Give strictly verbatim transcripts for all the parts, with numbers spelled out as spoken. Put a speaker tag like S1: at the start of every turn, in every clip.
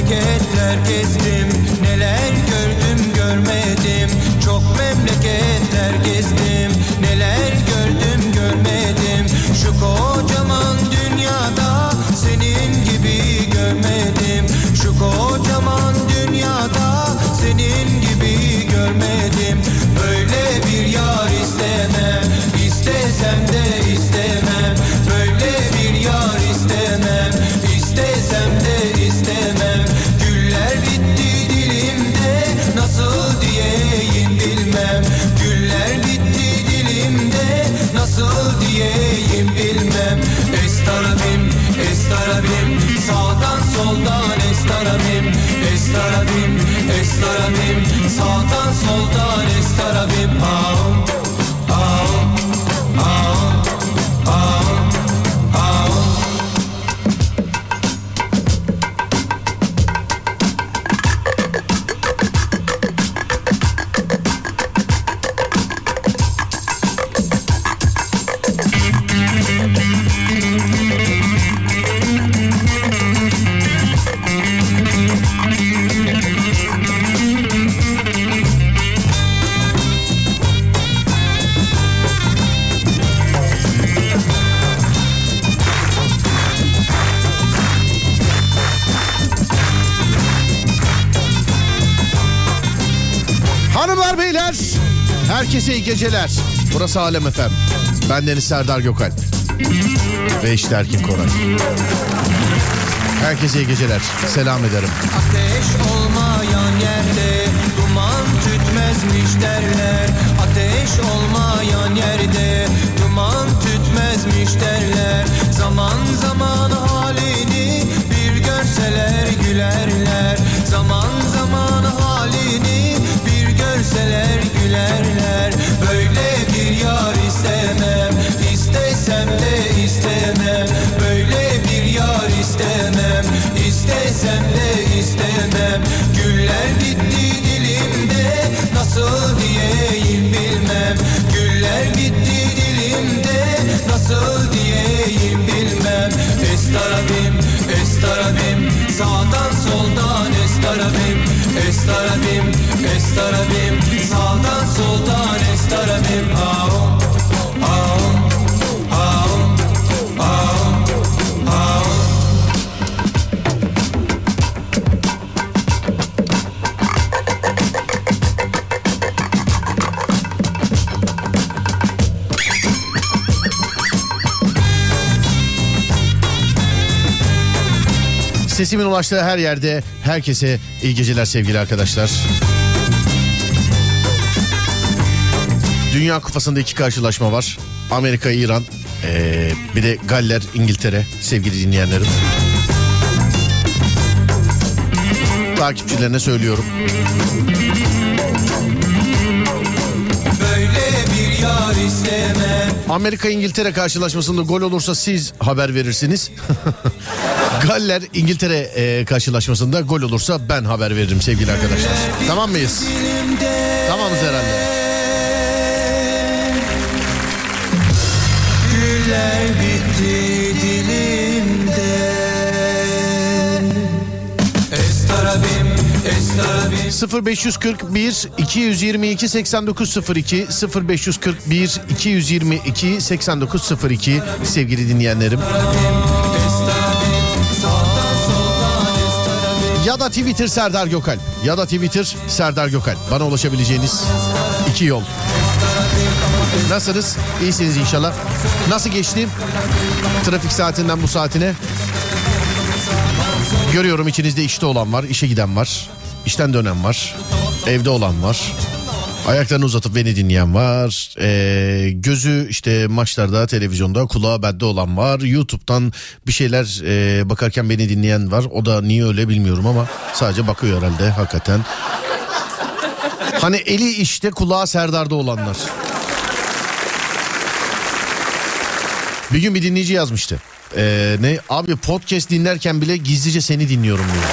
S1: memleketler gezdim, neler gördüm görmedim. Çok memleketler gezdim, neler gördüm görmedim. Şu kocaman dünyada senin gibi görmedim. Şu kocaman dünyada senin gibi görmedim. Böyle bir yar istemem, istesem de istemem. Böyle bir yar istemem, istesem de istemem. Güller bitti dilimde, nasıl diyeyim bilmem. Güller bitti dilimde, nasıl diyeyim bilmem. Estarabim, estarabim, sağdan soldan estarabim. Estarabim, estarabim, sağdan soldan estarabim. Ağım, ağım, ağım, ağım, ağım.
S2: Hanımlar beyler, herkese iyi geceler. Burası Alem F M. Bendeniz Serdar Gökalp ve işte Erkin Koray. Herkese iyi geceler. Selam ederim.
S1: Ateş olmayan yerde duman tütmezmiş derler. Ateş olmayan yerde duman tütmezmiş derler. Zaman zaman halini bir görseler gülerler. Zaman zaman halini bir görseler gülerler. Böyle bir yar istemem, istesem de istemem. Böyle bir yar istemem, istesem de istemem. Güller bitti dilimde, nasıl diyeyim bilmem. Güller bitti dilimde, nasıl diyeyim bilmem. Estarabim, estarabim, sağdan soldan estarabim. Estarabim, estarabim, sağdan soldan estarabim. Ağım, ağım, ağım, ağım, ağım.
S2: Sesimin ulaştığı her yerde herkese iyi geceler sevgili arkadaşlar. Dünya Kupası'nda iki karşılaşma var. Amerika, İran, ee, bir de Galler, İngiltere sevgili dinleyenlerim. Takipçilerine söylüyorum. Amerika-İngiltere karşılaşmasında gol olursa siz haber verirsiniz. Galler İngiltere e, karşılaşmasında gol olursa ben haber veririm sevgili arkadaşlar. Tamam mıyız? Tamamız herhalde.
S1: Güller bitti dilimde. Estarabim, estarabim.
S2: sıfır beş kırk bir iki yüz yirmi iki seksen dokuz sıfır iki sıfır beş kırk bir iki yüz yirmi iki seksen dokuz sıfır iki sevgili dinleyenlerim. Ya da Twitter Serdar Gökalp ya da Twitter Serdar Gökalp. Bana ulaşabileceğiniz iki yol. Nasılsınız? İyisiniz inşallah. Nasıl geçti? Trafik saatinden bu saatine. Görüyorum içinizde işte olan var, işe giden var, işten dönen var, evde olan var. Ayaklarını uzatıp beni dinleyen var. Ee, gözü işte maçlarda, televizyonda, kulağı bende olan var. YouTube'dan bir şeyler e, bakarken beni dinleyen var. O da niye öyle bilmiyorum ama sadece bakıyor herhalde hakikaten. Hani eli işte, kulağı Serdar'da olanlar. Bir gün bir dinleyici yazmıştı. Ee, ne abi, podcast dinlerken bile gizlice seni dinliyorum diyor.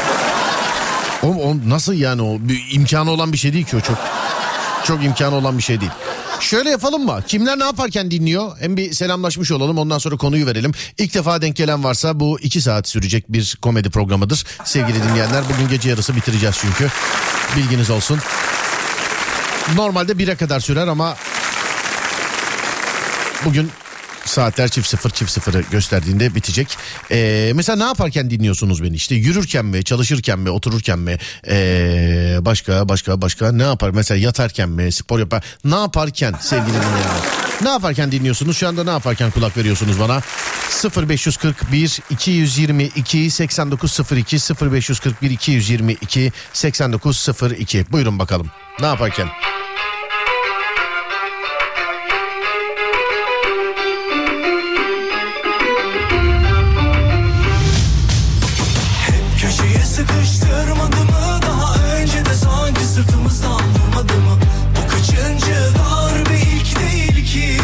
S2: O, o nasıl yani, o bir imkanı olan bir şey değil ki o, çok çok imkanı olan bir şey değil. Şöyle yapalım mı? Kimler ne yaparken dinliyor? Hem bir selamlaşmış olalım, ondan sonra konuyu verelim. İlk defa denk gelen varsa bu iki saat sürecek bir komedi programıdır. Sevgili dinleyenler, bugün gece yarısı bitireceğiz çünkü. Bilginiz olsun. Normalde bire kadar sürer ama bugün saatler çift sıfır çift sıfırı gösterdiğinde bitecek. Ee, mesela ne yaparken dinliyorsunuz beni? İşte yürürken mi, çalışırken mi, otururken mi? Ee, başka başka başka ne yapar? Mesela yatarken mi, spor yapar? Ne yaparken sevgili dinleyenler? Ne yaparken dinliyorsunuz? Şu anda ne yaparken kulak veriyorsunuz bana? sıfır beş kırk bir iki yüz yirmi iki seksen dokuz sıfır iki sıfır beş kırk bir iki yüz yirmi iki seksen dokuz sıfır iki. Buyurun bakalım. Ne yaparken?
S1: Sıkıştırmadı mı daha önce de sanki sırtımızdan vurmadı mı? Bu kaçıncı darbe, ilk değil ki.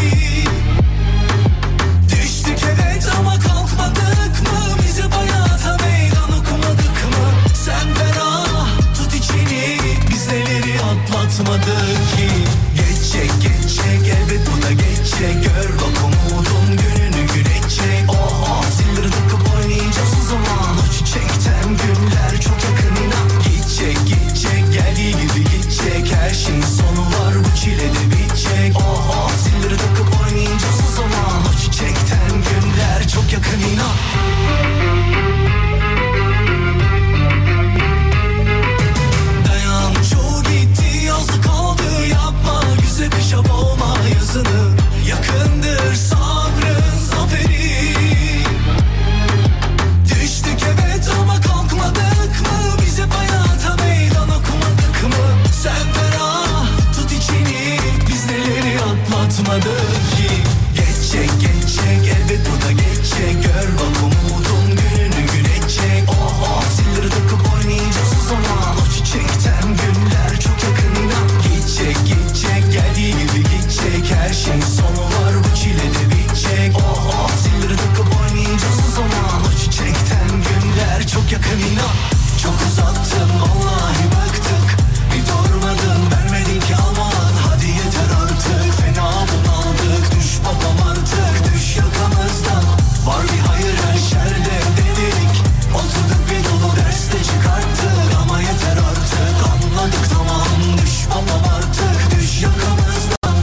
S1: Düştük evet ama kalkmadık mı? Bizi hayata meydan okumadık mı? Sen ferah tut içini, biz neleri atlatmadık ki. Geçecek geçecek elbet bu da geçecek. Gör bak umudun gününü gülecek. Oha zilleri takıp oynayacağız o zaman. O çiçekten günler çok yakın inan. Gidecek gidecek geldiği gibi gidecek. Her şeyin sonu var bu çile de bitecek. Oha zilleri takıp oynayacağız o zaman. O çiçekten günler çok yakın inan. Dayan çoğu gitti yazı kaldı yapma. Güzel kışa boğma yazını. Yakındır sabrın zaferi. Düştük evet ama kalkmadık mı? Biz hep hayata meydan okumadık mı? Sen ferah tut içini, biz neleri atlatmadık ki. Geçecek geçecek elbet bu da geçecek. Gör bak umudun gününü gülecek. Oha zilleri takıp oynayacağız o zaman. O çiçekten günler çok yakın inan. Gidecek gidecek geldiği gibi gidecek. Her şeyin sonu var bu çile de bitecek. Oha zilleri takıp oynayacağız o zaman. O çiçekten günler çok yakın inan. Çok uzattın vallahi baktık. Bir durmadın vermedin ki aman. Hadi yeter artık fena bunaldık. Düş babam artık düş yakamızdan. Var bir hayır her şerde dedik. Oturduk bir dolu derste çıkarttık. Ama yeter artık anladık tamam. Düş babam artık düş yakamızdan.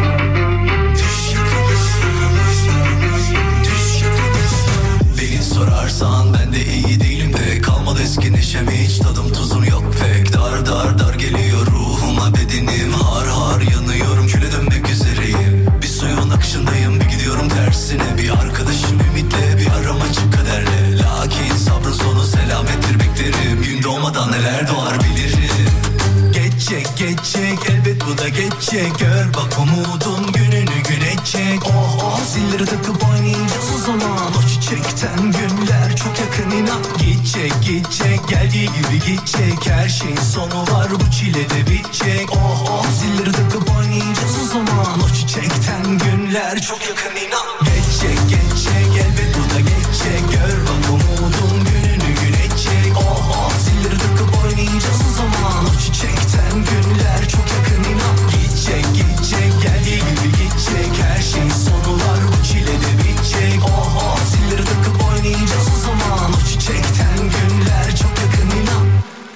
S1: Düş yakamızdan. Düş yakamızdan. Beni sorarsan ben de iyi değilim pek. Kalmadı eski neşem hiç tadım tuzum yok pek. Dar dar dar geliyor ruhuma bedenim. Har har yanıyorum küle dönmek üzereyim. Bir suyun akışındayım bir gidiyorum tersine. Bir arkadaşım ümitle bir aram açık kaderle. Lakin sabrın sonu selamettir beklerim. Gün doğmadan neler doğar bilirim. Geçecek geçecek elbet bu da geçecek. Gör bak umudun gününü gülecek. Oh oh zilleri takıp oynayacağız o zaman. O çiçekten günler çok yakın inan. Gidecek gidecek geldiği gibi gidecek. Her şeyin sonu var bu çile de bitecek. Oh oh zilleri takıp oynayacağız o zaman. O çiçekten günler çok yakın inan. Geçecek geçecek elbet bu da geçecek. Gör bak umudun gününü gülecek. Oh oh zilleri takıp oynayacağız o zaman. O çiçekten günler çok yakın inan. Gidecek gidecek geldiği gibi gidecek. Her şeyin sonu var bu çile de bitecek. Oh oh zilleri takıp oynayacağız o zaman. O çiçekten günler çok yakın inan.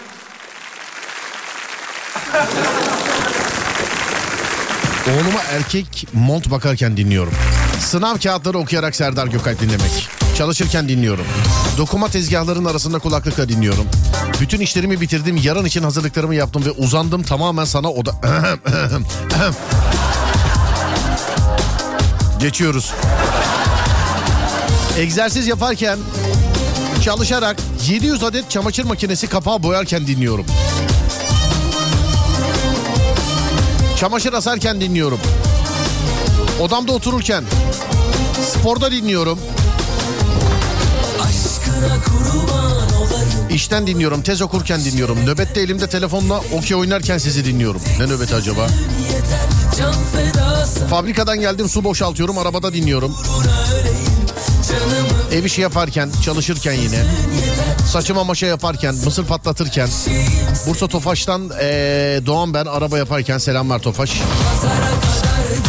S2: Oğluma erkek mont bakarken dinliyorum. Sınav kağıtları okuyarak Serdar Gökalp dinlemek. Çalışırken dinliyorum. Dokuma tezgahlarının arasında kulaklıkla dinliyorum. Bütün işlerimi bitirdim. Yarın için hazırlıklarımı yaptım ve uzandım tamamen sana oda... Geçiyoruz. Egzersiz yaparken, çalışarak, yedi yüz adet çamaşır makinesi kapağı boyarken dinliyorum. Çamaşır asarken dinliyorum. Odamda otururken, sporda dinliyorum. İşten dinliyorum, tez okurken dinliyorum. Nöbette elimde telefonla okey oynarken sizi dinliyorum. Ne nöbeti acaba? Fabrikadan geldim, su boşaltıyorum, arabada dinliyorum. Ev işi yaparken, çalışırken yine. Saçıma maşa yaparken, mısır patlatırken. Bursa Tofaş'tan ee, Doğan ben araba yaparken. Selamlar Tofaş.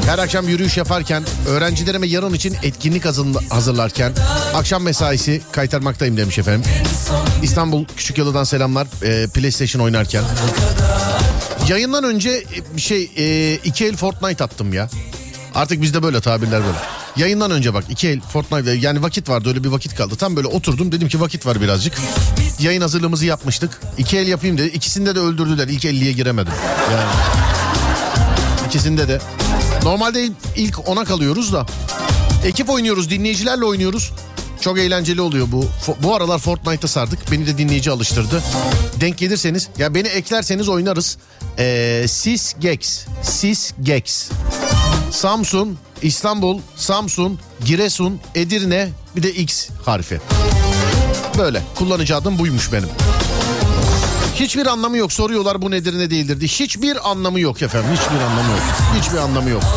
S2: Her akşam yürüyüş yaparken, öğrencilerime yarın için etkinlik hazırlarken, akşam mesaisi kaytarmaktayım demiş efendim. İstanbul Küçükyalı'dan selamlar. Ee, PlayStation oynarken. Yayından önce bir şey e, iki el Fortnite attım ya. Artık bizde böyle tabirler böyle. Yayından önce bak iki el Fortnite, yani vakit vardı, öyle bir vakit kaldı. Tam böyle oturdum, dedim ki vakit var birazcık. Yayın hazırlığımızı yapmıştık. İki el yapayım dedi. İkisinde de öldürdüler. İlk elliye giremedim. Yani ikisinde de. Normalde ilk ona kalıyoruz da. Ekip oynuyoruz, dinleyicilerle oynuyoruz. Çok eğlenceli oluyor bu. Bu aralar Fortnite'a sardık. Beni de dinleyici alıştırdı. Denk gelirseniz, ya beni eklerseniz oynarız. Ee, Sisgex, Sisgex. Samsun, İstanbul, Samsun, Giresun, Edirne, bir de X harfi. Böyle kullanıcı adım buymuş benim. Hiçbir anlamı yok. Soruyorlar bu nedir ne değildir diye. Hiçbir anlamı yok efendim. Hiçbir anlamı yok. Hiçbir anlamı yok.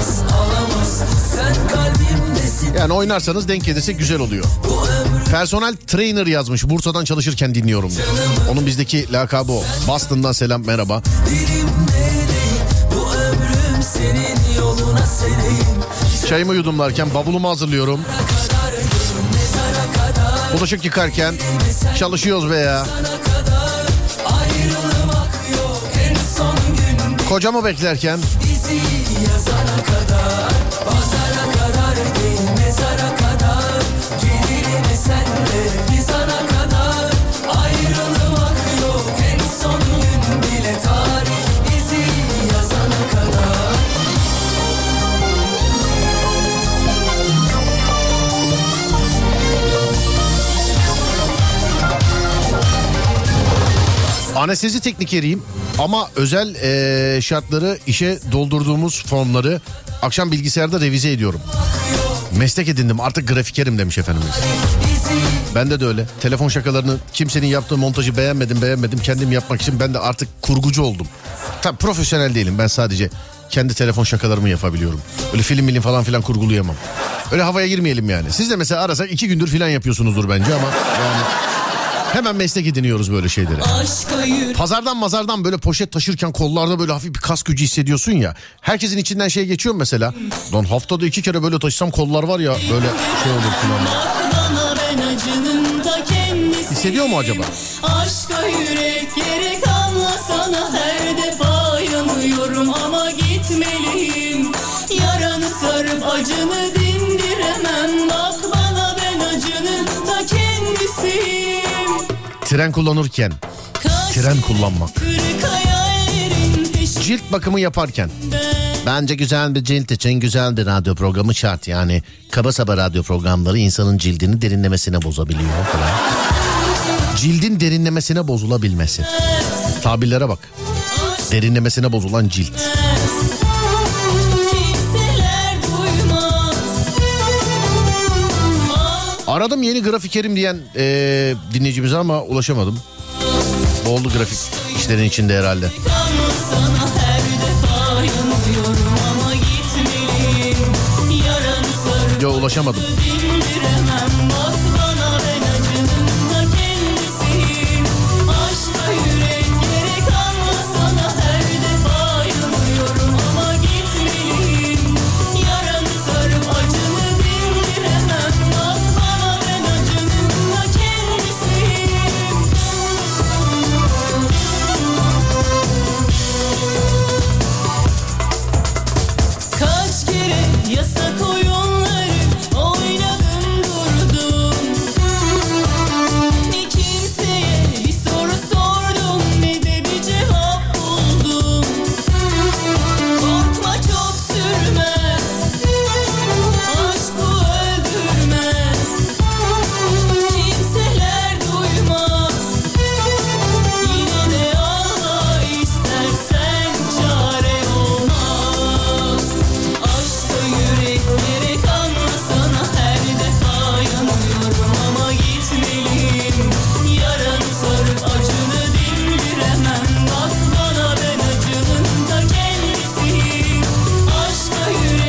S2: Yani oynarsanız denk gelirse güzel oluyor. Personal trainer yazmış. Bursa'dan çalışırken dinliyorum diyor. Onun bizdeki lakabı o. Boston'dan selam, merhaba. Çayımı yudumlarken, bavulumu hazırlıyorum. Bulaşık yıkarken çalışıyoruz be ya. Kocamı beklerken. Anestezi teknikeriyim ama özel e, şartları, işe doldurduğumuz formları akşam bilgisayarda revize ediyorum. Meslek edindim, artık grafikerim demiş efendimiz. Bende de öyle. Telefon şakalarını, kimsenin yaptığı montajı beğenmedim beğenmedim kendim yapmak için ben de artık kurgucu oldum. Tabii profesyonel değilim, ben sadece kendi telefon şakalarımı yapabiliyorum. Öyle film milim falan filan kurgulayamam. Öyle havaya girmeyelim yani. Siz de mesela arasak iki gündür filan yapıyorsunuzdur bence ama yani... Hemen meslek ediniyoruz böyle şeyleri. Pazardan mazardan böyle poşet taşırken kollarda böyle hafif bir kas gücü hissediyorsun ya. Herkesin içinden şey geçiyor mesela. Lan haftada iki kere böyle taşısam kollar var ya böyle şey olur falan. Hissediyor mu acaba? Aşka yürek gerek anlasana, her defa yanıyorum ama gitmeliyim. Yaranı sarıp acını dindiremem. Bak bana, ben acının ta kendisiyim. Tren kullanırken, tren kullanmak. Cilt bakımı yaparken. Bence güzel bir cilt için güzel bir radyo programı şart. Yani kaba saba radyo programları insanın cildini derinlemesine bozabiliyor falan. Cildin derinlemesine bozulabilmesi. Tabirlere bak. Derinlemesine bozulan cilt. Aradım yeni grafikerim diyen ee, dinleyicimize ama ulaşamadım. Oldu grafik işlerin içinde herhalde. Yo, ulaşamadım.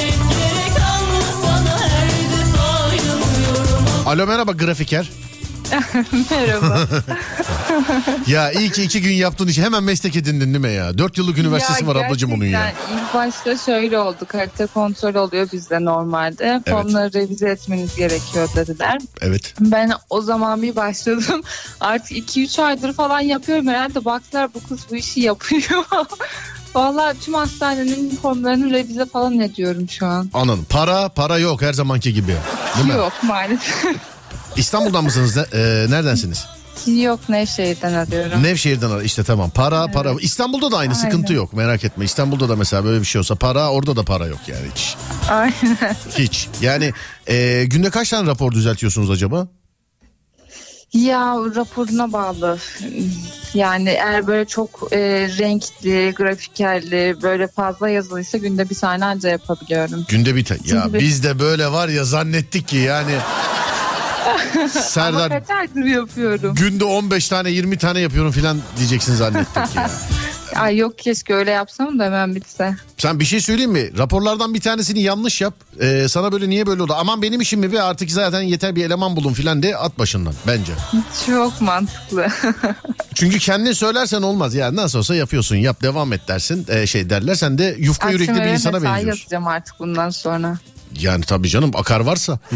S2: Alo, merhaba grafiker.
S3: Merhaba.
S2: Ya iyi ki iki gün yaptığın işi hemen meslek edindin değil mi ya? Dört yıllık üniversitesi
S3: Ya
S2: var ablacığım onun ya.
S3: İlk başta şöyle oldu. Kalite kontrol oluyor bizde normalde. Formları revize etmeniz gerekiyor dediler.
S2: Evet.
S3: Ben o zaman bir başladım. Artık iki üç aydır falan yapıyorum herhalde. Baktılar bu kız bu işi yapıyor. Vallahi tüm hastanenin formlarını revize falan ediyorum şu an.
S2: Anladım. Para para yok her zamanki gibi. Değil mi?
S3: Yok maalesef.
S2: İstanbul'dan mısınız? Ne, e, neredensiniz?
S3: Yok Nevşehir'den arıyorum.
S2: Nevşehir'den ar- işte tamam. Para
S3: Evet.
S2: para. İstanbul'da da aynı
S3: Aynen.
S2: sıkıntı yok. Merak etme. İstanbul'da da mesela böyle bir şey olsa para, orada da para yok yani hiç.
S3: Aynen.
S2: Hiç. Yani e, günde kaç tane rapor düzeltiyorsunuz acaba?
S3: Ya raporuna bağlı. Yani eğer böyle çok e, renkli, grafikerli, böyle fazla yazılıysa günde bir tane anca yapabiliyorum.
S2: Günde bir tane. Ya
S3: Çünkü-
S2: biz de böyle var ya zannettik ki yani.
S3: Ama
S2: Serdar
S3: kaç aydır yapıyorum.
S2: günde on beş tane yirmi tane yapıyorum filan diyeceksin zannettik ya.
S3: Ay yok keşke öyle yapsam da hemen bitse.
S2: Sen bir şey söyleyeyim mi? Raporlardan bir tanesini yanlış yap. Ee, sana böyle niye böyle oldu? Aman benim işim mi be artık zaten yeter bir eleman bulun filan de at başından bence.
S3: Çok mantıklı.
S2: Çünkü kendin söylersen olmaz. Ya nasıl olsa yapıyorsun yap devam et dersin. Ee, şey derler sen de yufka yürekli bir
S3: Akşam eve
S2: insana
S3: mesai
S2: benziyorsun.
S3: yazacağım artık bundan sonra.
S2: Yani tabii canım akar varsa hiç.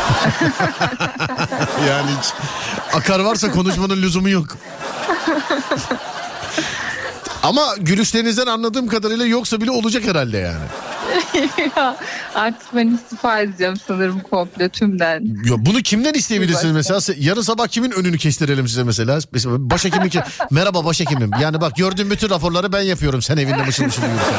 S2: Yani hiç. Akar varsa konuşmanın lüzumu yok. Ama gülüşlerinizden anladığım kadarıyla yoksa bile olacak herhalde yani.
S3: Ya, artık ben istifa edeceğim sanırım komple tümden.
S2: Ya bunu kimden isteyebilirsiniz
S3: Başka.
S2: mesela? Yarın sabah kimin önünü kestirelim size mesela? Mesela başhekimi ki merhaba başhekimim. Yani bak gördüğüm bütün raporları ben yapıyorum. Sen evinde mışıl mışıl yürürken.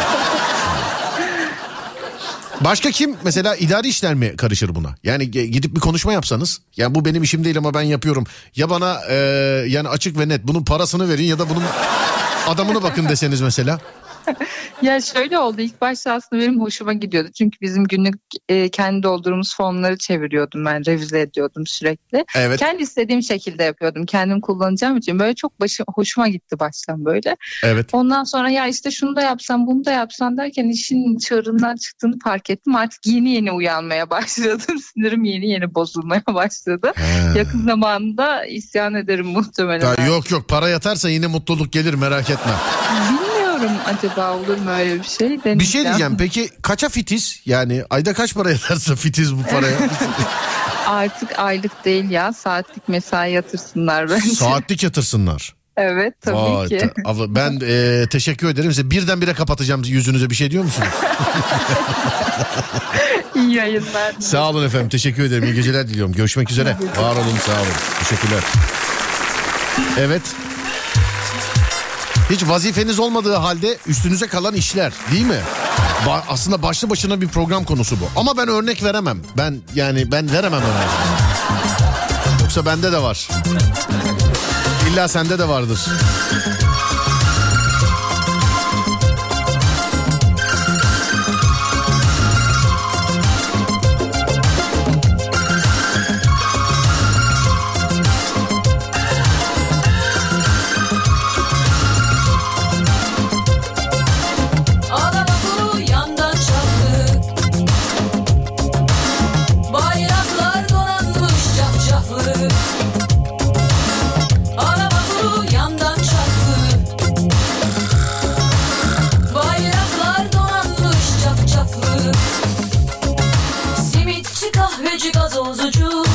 S2: Başka kim mesela idari işler mi karışır buna? Yani gidip bir konuşma yapsanız. Ya bu benim işim değil ama ben yapıyorum. Ya bana e, yani açık ve net bunun parasını verin ya da bunun adamına bakın deseniz mesela.
S3: Ya şöyle oldu, ilk başta aslında benim hoşuma gidiyordu. Çünkü bizim günlük e, kendi doldurduğumuz formları çeviriyordum ben, revize ediyordum sürekli.
S2: Evet.
S3: Kendi istediğim şekilde yapıyordum. Kendim kullanacağım için böyle çok başı, hoşuma gitti baştan böyle.
S2: Evet.
S3: Ondan sonra ya işte şunu da yapsam bunu da yapsam derken işin çığırından çıktığını fark ettim. Artık yeni yeni uyanmaya başladım. Sinirim yeni yeni bozulmaya başladı.
S2: He.
S3: Yakın zamanda isyan ederim muhtemelen.
S2: Ya yok yok para yatarsa yine mutluluk gelir merak etme.
S3: Bilmiyorum acaba olur mu öyle bir şey. Deneyeceğim.
S2: Bir şey diyeceğim peki kaça fitiz? Yani ayda kaç para yatarsa fitiz bu paraya?
S3: Artık aylık değil ya, saatlik mesai yatırsınlar bence.
S2: Saatlik yatırsınlar.
S3: Evet tabii
S2: Vay,
S3: ki.
S2: ta- abla, ben e, teşekkür ederim size. Birdenbire kapatacağım yüzünüze, bir şey diyor musunuz?
S3: İyi yayınlar.
S2: Sağ olun efendim, teşekkür ederim. İyi geceler diliyorum. Görüşmek üzere. Var olun, sağ olun. Teşekkürler. Evet. Hiç vazifeniz olmadığı halde üstünüze kalan işler, değil mi? Ba- aslında başlı başına bir program konusu bu. Ama ben örnek veremem. Ben yani ben veremem örnek. Yoksa bende de var. İlla sende de vardır.
S4: Anadolu yandan çaldı, bayraklar donanmış cafcaflı. Anadolu yandan çaldı, bayraklar donanmış cafcaflı. Simitçi, kahveci, gazozcu,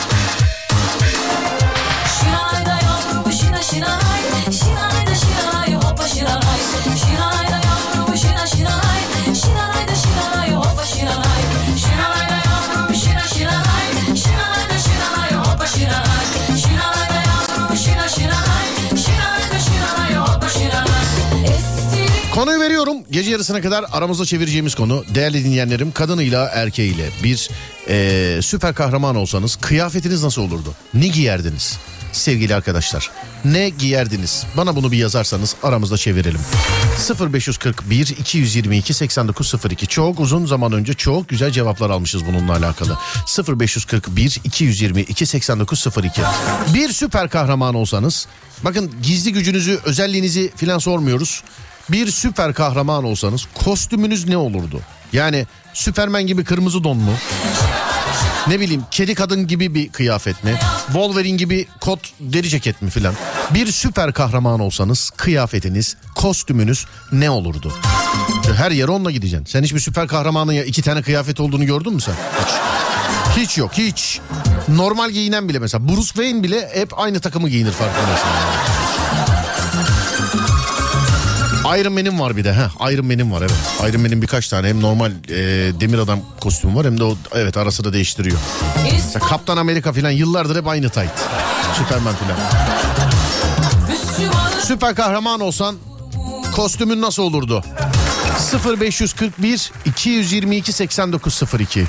S4: şinayda yavrum şina şinay, şinayda şinay hoppa şinay, şinayda yavrum şina şinay, şinayda şinay hoppa şinay, şinayda yavrum şina şinay, şinayda şinay hoppa şinay, şinayda yavrum şina şinay, şinayda şinay hoppa şinay. Esti
S2: Konuyu veriyorum. Gece yarısına kadar aramızda çevireceğimiz konu, değerli dinleyenlerim, kadınıyla erkeğiyle bir e, süper kahraman olsanız kıyafetiniz nasıl olurdu? Ne giyerdiniz? Sevgili arkadaşlar, ne giyerdiniz? Bana bunu bir yazarsanız aramızda çevirelim. sıfır beş kırk bir iki yüz yirmi iki seksen dokuz sıfır iki. Çok uzun zaman önce çok güzel cevaplar almışız bununla alakalı. sıfır beş kırk bir iki yüz yirmi iki seksen dokuz sıfır iki. Bir süper kahraman olsanız, bakın gizli gücünüzü, özelliğinizi filan sormuyoruz. Bir süper kahraman olsanız kostümünüz ne olurdu? Yani Süpermen gibi kırmızı don mu? Ne bileyim, kedi kadın gibi bir kıyafet mi? Wolverine gibi kot, deri ceket mi filan? Bir süper kahraman olsanız kıyafetiniz, kostümünüz ne olurdu? Her yere onunla gideceksin. Sen hiçbir süper kahramanın ya iki tane kıyafet olduğunu gördün mü sen? Hiç. Hiç yok, hiç. Normal giyinen bile mesela Bruce Wayne bile hep aynı takımı giyinir farkındaysan. Iron Man'im var bir de. Heh, Iron Man'im var, evet. Iron Man'in birkaç tane hem normal e, demir adam kostümü var hem de o evet ara sıra değiştiriyor. Mesela Kaptan Amerika falan yıllardır hep aynı tayt. Superman falan. Süper kahraman olsan kostümün nasıl olurdu? sıfır beş kırk bir iki yirmi iki seksen dokuz sıfır iki.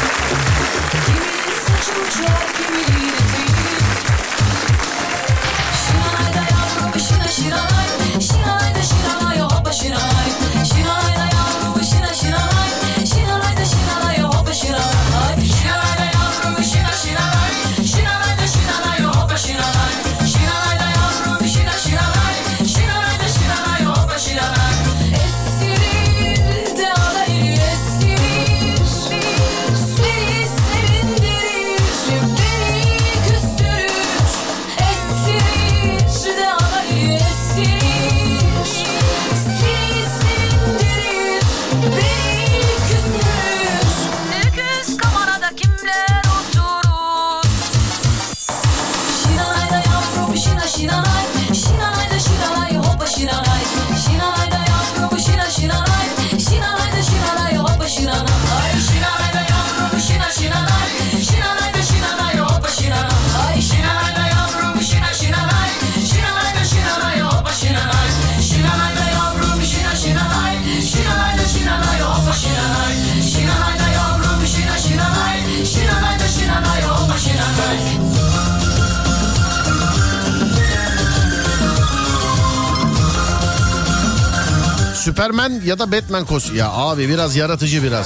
S2: Superman ya da Batman kostümü. Ya abi biraz yaratıcı biraz.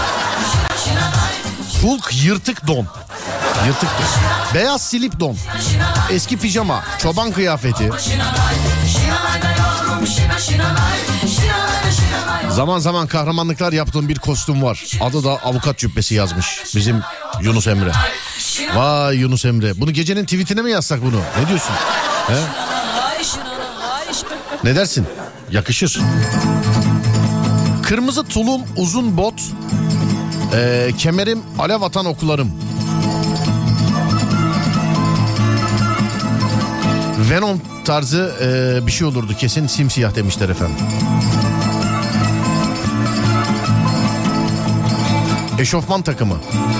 S2: Hulk yırtık don. Yırtık don. Beyaz silip don. Eski pijama. Çoban kıyafeti. Zaman zaman kahramanlıklar yaptığım bir kostüm var. Adı da avukat cübbesi yazmış. Bizim Yunus Emre. Vay Yunus Emre. Bunu gecenin tweetine mi yazsak bunu? Ne diyorsun? He? Ne dersin? Yakışır. Kırmızı tulum, uzun bot, e, kemerim, alev atan okularım. Venom tarzı e, bir şey olurdu kesin, simsiyah demişler efendim. Eşofman takımı.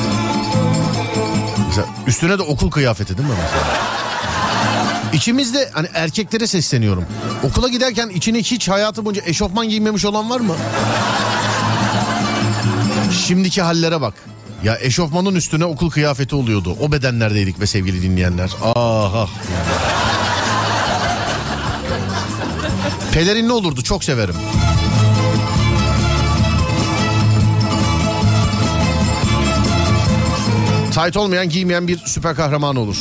S2: Mesela üstüne de okul kıyafeti değil mi mesela? İçimizde hani erkeklere sesleniyorum. Okula giderken içine hiç hayatı boyunca eşofman giymemiş olan var mı? Şimdiki hallere bak. Ya eşofmanın üstüne okul kıyafeti oluyordu. O bedenlerdeydik be sevgili dinleyenler. Ah ah. Pelerin ne olurdu? Çok severim. Tayt olmayan, giymeyen bir süper kahraman olur.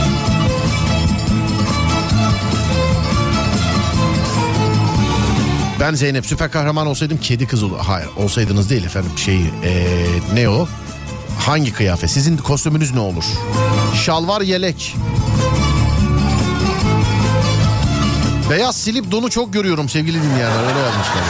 S2: Ben Zeynep süper kahraman olsaydım kedi kız olur. Hayır olsaydınız değil efendim şeyi ee, ne o? Hangi kıyafet? Sizin kostümünüz ne olur? Şalvar yelek. Beyaz silip donu çok görüyorum sevgili dinleyenler, öyle yazmışlar.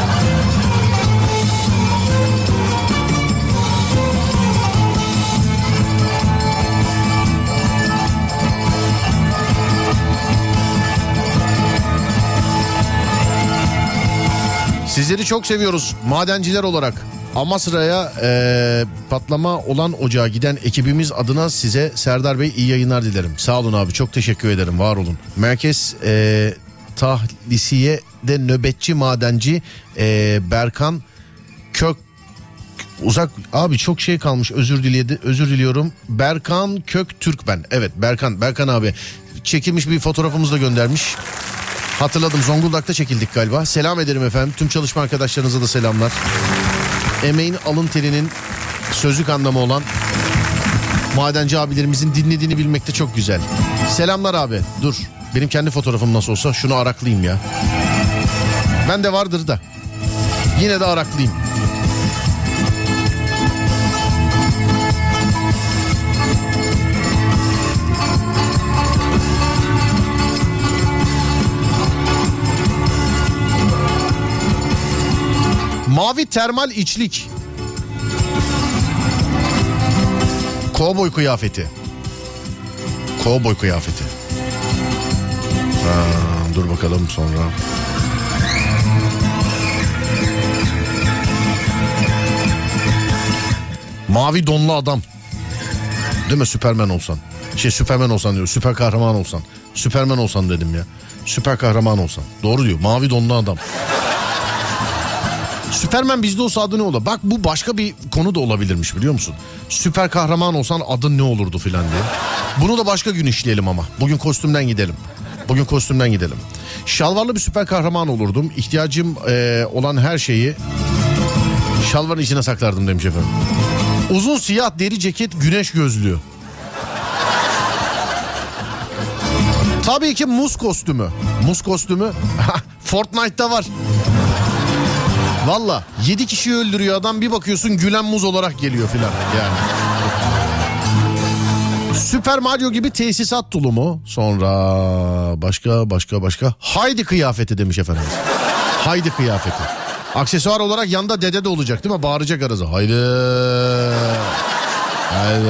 S2: Sizleri çok seviyoruz madenciler olarak. Amasra'ya e, patlama olan ocağa giden ekibimiz adına size Serdar Bey iyi yayınlar dilerim. Sağ olun abi, çok teşekkür ederim, var olun. Merkez e, Tahlisiye'de nöbetçi madenci e, Berkan Kök uzak abi çok şey kalmış, özür diledi özür diliyorum. Berkan Kök Türk ben. Evet Berkan Berkan abi çekilmiş bir fotoğrafımızı da göndermiş. Hatırladım, Zonguldak'ta çekildik galiba. Selam ederim efendim. Tüm çalışma arkadaşlarınıza da selamlar. Emeğin alın terinin sözlük anlamı olan madenci abilerimizin dinlediğini bilmek de çok güzel. Selamlar abi. Dur. Benim kendi fotoğrafım nasıl olsa şunu araklayayım ya. Ben de vardır da. Yine de araklayayım. Mavi termal içlik. Kovboy kıyafeti. Kovboy kıyafeti. Ha, dur bakalım sonra. Mavi donlu adam. Değil mi? Süpermen olsan. Şey Süpermen olsan diyor. Süper kahraman olsan. Süpermen olsan dedim ya. Süper kahraman olsan. Doğru diyor. Mavi donlu adam. Süpermen bizde olsa adı ne olur? Bak bu başka bir konu da olabilirmiş biliyor musun? Süper kahraman olsan adın ne olurdu filan diye. Bunu da başka gün işleyelim ama. Bugün kostümden gidelim. Bugün kostümden gidelim. Şalvarlı bir süper kahraman olurdum. İhtiyacım e, olan her şeyi şalvarın içine saklardım demiş efendim. Uzun siyah deri ceket, güneş gözlüğü. Tabii ki muz kostümü. Muz kostümü Fortnite'da var. Valla yedi kişiyi öldürüyor adam, bir bakıyorsun gülen muz olarak geliyor filan yani. Süper Mario gibi tesisat tulumu. Sonra başka başka başka. Haydi kıyafeti demiş efendim. Haydi kıyafeti. Aksesuar olarak yanda dede de olacak değil mi? Bağıracak arası. Haydi. Haydi.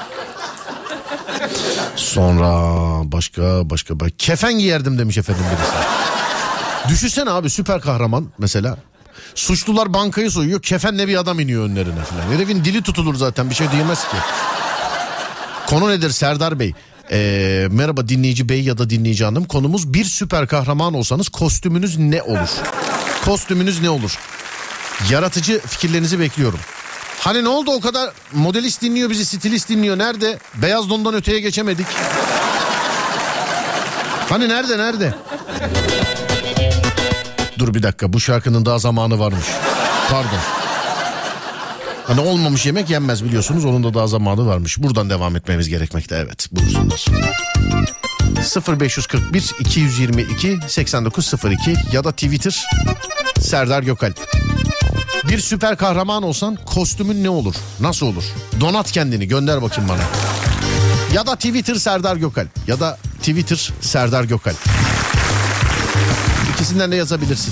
S2: Sonra başka başka başka. Kefen giyerdim demiş efendim birisi. Düşünsene abi, süper kahraman mesela. Suçlular bankayı soyuyor, kefenle bir adam iniyor önlerine falan. Herifin dili tutulur zaten, bir şey diyemez ki. Konu nedir Serdar Bey? Ee, merhaba dinleyici bey ya da dinleyici hanım. Konumuz bir süper kahraman olsanız kostümünüz ne olur? Kostümünüz ne olur? Yaratıcı fikirlerinizi bekliyorum. Hani ne oldu, o kadar modelist dinliyor bizi, stilist dinliyor. Nerede? Beyaz dondan öteye geçemedik. Hani nerede nerede? Dur bir dakika, bu şarkının daha zamanı varmış. Pardon. Hani olmamış yemek yenmez biliyorsunuz, onun da daha zamanı varmış. Buradan devam etmemiz gerekmekte, evet. Buyursunlar. sıfır beş kırk bir iki yüz yirmi iki seksen dokuz sıfır iki ya da Twitter Serdar Gökalp. Bir süper kahraman olsan kostümün ne olur? Nasıl olur? Donat kendini, gönder bakayım bana. Ya da Twitter Serdar Gökalp ya da Twitter Serdar Gökalp. İkisinden de yazabilirsin.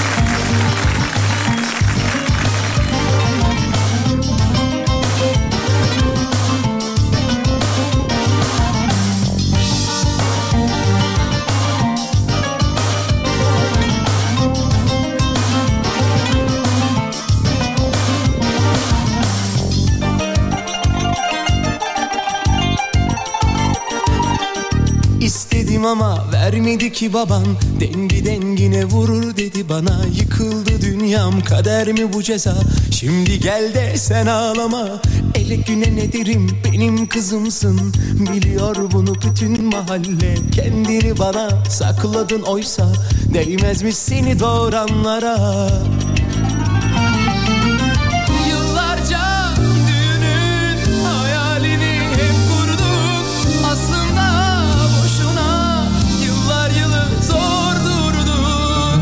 S1: Ama vermedi ki baban, dengi dengine vurur dedi bana. Yıkıldı dünyam, kader mi bu ceza? Şimdi gel de sen ağlama. Ele güne ne derim, benim kızımsın. Biliyor bunu bütün mahalle. Kendini bana sakladın oysa, değmezmiş seni doğuranlara. Yıllarca düğünün hayalini hep kurduk. Aslında zor durduk.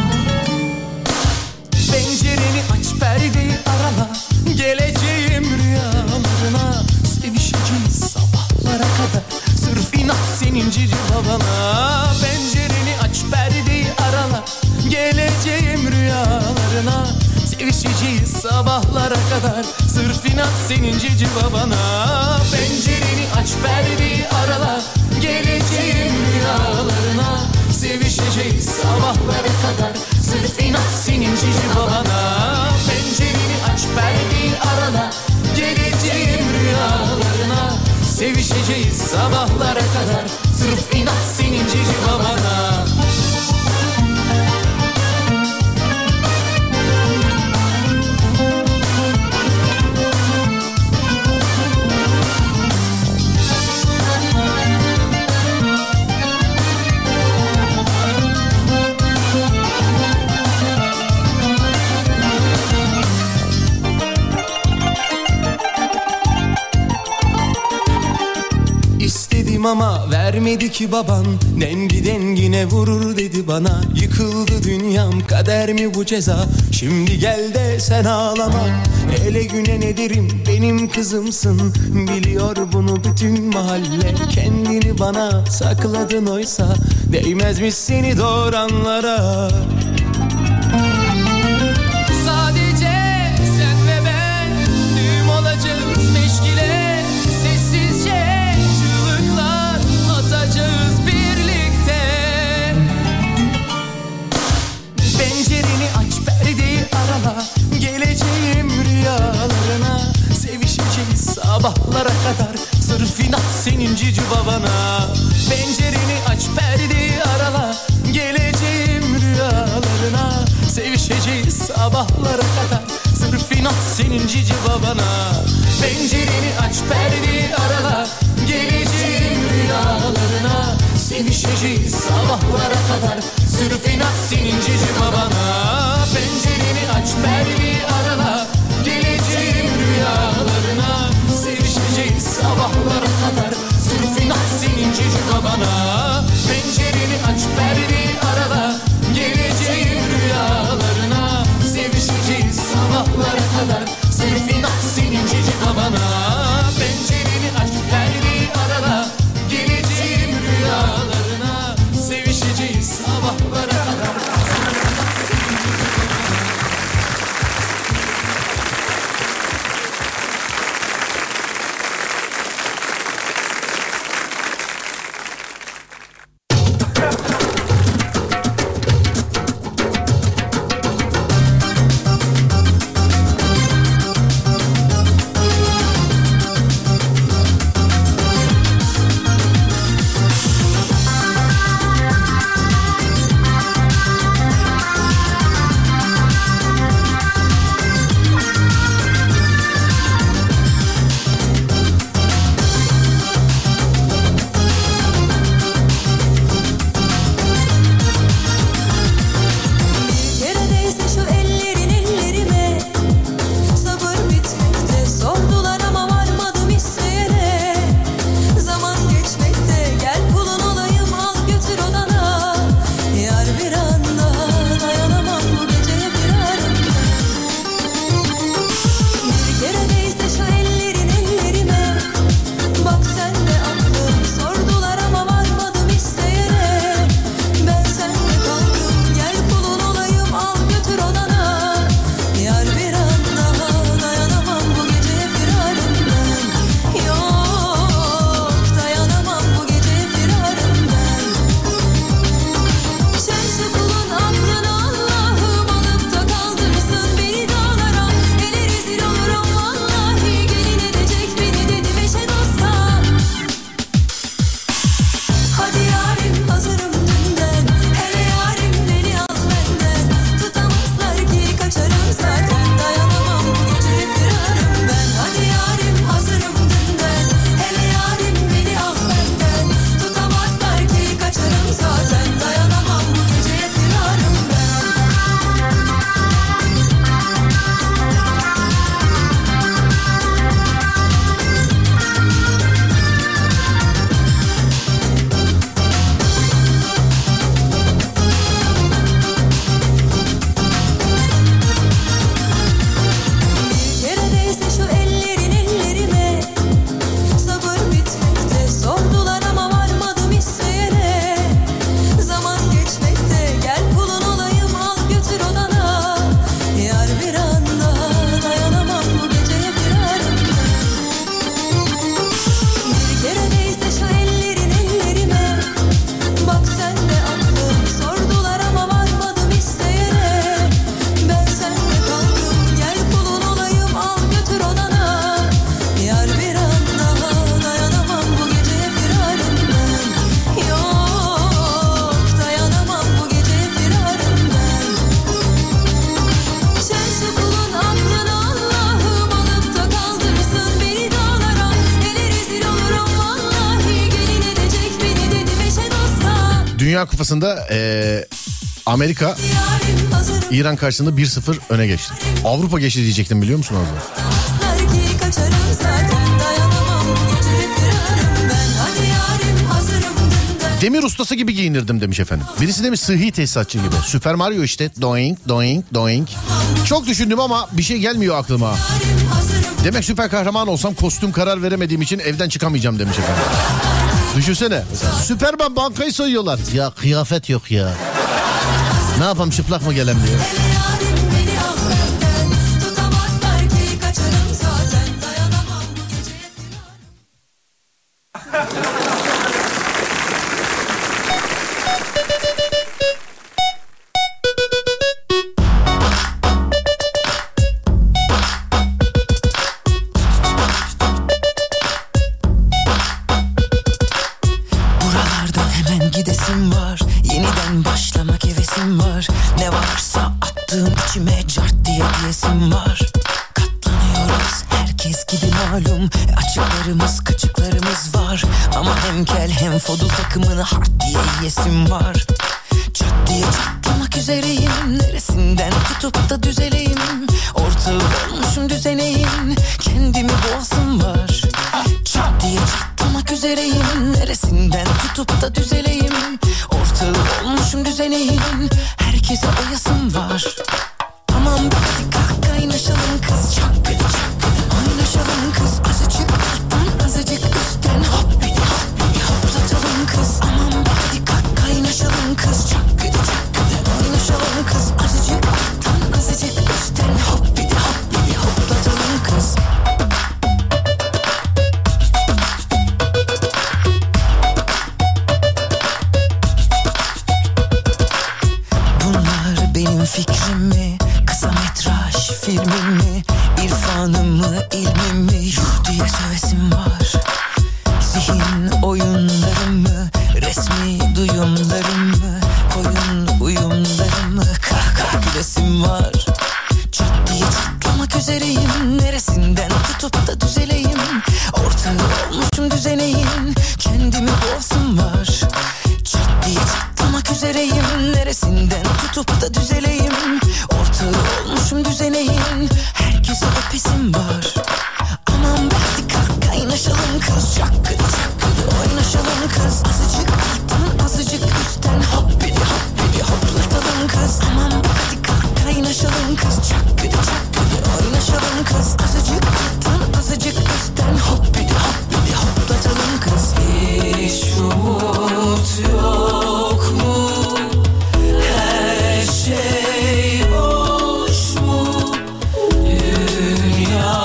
S1: Pencereni aç, perdeyi arala. Geleceğim rüyalarına. Sevişeceğiz sabahlara kadar. Sırf inat senin cici babana. Pencereni aç, perdeyi arala. Geleceğim rüyalarına. Sevişeceğiz sabahlara kadar. Sırf inat senin cici babana. Pencereni aç, perdeyi arala. Geleceğim rüyalarına. Sevişeceğiz sabahlara kadar. Sırf inat senin cici babana. Pencereni aç, perdeyi arala. Geleceğim rüyalarına. Sevişeceğiz sabahlara kadar. Sırf inat senin cici babana. Ama vermedi ki baban, dengi dengine vurur dedi bana. Yıkıldı dünyam, kader mi bu ceza? Şimdi gel de sen ağlama. Ele güne ne derim, benim kızımsın. Biliyor bunu bütün mahalle. Kendini bana sakladın oysa, değmezmiş seni doğuranlara. Sadece sabahlara kadar. Sırf inat senin cici babana. Pencereni aç, perdeyi arala, geleceğim rüyalarına. Sevişeceğiz sabahlara kadar. Sırf inat senin cici babana. Pencereni aç, perdeyi arala, geleceğim rüyalarına. Sevişeceğiz sabahlara kadar. Sırf inat senin cici babana. Pencereni aç, perdeyi arala, geleceğim rüyalarına. Sevişeceğiz sabahlara kadar. Sırf inat senin cici babana. Pencereni aç, perdeyi arala, geleceğim rüyalarına. Sevişeceğiz sabahlara kadar.
S2: Dünya Kupası'nda e, Amerika İran karşısında bir sıfır öne geçti. Avrupa geçti diyecektim, biliyor musun orada? Demir ustası gibi giyinirdim demiş efendim. Birisi demiş sıhhi tesisatçı gibi. Süper Mario işte. Doink doink doink. Çok düşündüm ama bir şey gelmiyor aklıma. Demek süper kahraman olsam kostüm karar veremediğim için evden çıkamayacağım demiş efendim. Düşünsene. Süperman bankayı soyuyorlar. Ya kıyafet yok ya. Ne yapalım, çıplak mı gelen diye.
S5: Yeniden başlamak hevesim var. Ne varsa attığım içime cart diye diyesim var. Katlanıyoruz herkes gibi malum, açıklarımız kaçıklarımız var. Ama hem kel hem fodul takımını hard diye yiyesim var. Çat diye çatlamak üzereyim, neresinden tutup da düzeleyim. Ortağı olmuşum düzeneyim, kendimi boğasım var. Çat diye çatlamak üzereyim, neresinden tutup da düzeleyim. Ortağı olmuşum düzeneyim, herkese oyasım var. Tamam be hadi kalk kaynaşalım kız, çakkıdı çakkıdı oynaşalım kız. Azıcık alttan azıcık üstten hop bidi hop bidi hoplatalım kız. Aman be hadi kalk kaynaşalım kız, çakkıdı çakkıdı oynaşalım kız. Azıcık alttan azıcık üstten hop bidi hop bidi hoplatalım kız. Bunlar benim fikrim mi? Kısa metraj filmim mi? İrfanım mı, ilmim mi? Yuh diye sövesim var. Zihin oyunlarım mı? Resmi duyumlarım mı? Koyun uyumlarım mı? Kah kah gülesim var. Çat diye çatlamak üzereyim, neresinden tutup da düzeleyim. Ortağı olmuşum düzeneyim, kendimi boğasım var. Çat diye çatlamak üzereyim, neresinden tutup da düzeleyim. Ortağı olmuşum düzeneyim, herkese öpesim var. Aman be hadi kalk kaynaşalım kız, çakkıdı çakkıdı oynaşalım kız. Azıcık alttan azıcık üstten hop bidi hop bidi hoplatalım kız. Aman be hadi kalk kaynaşalım kız, çakkıdı çakkıdı oynaşalım kız. Azıcık alttan azıcık üstten hop bidi hop bidi hoplatalım kız. Hiç umut yok mu? Her şey boş mu? Dünya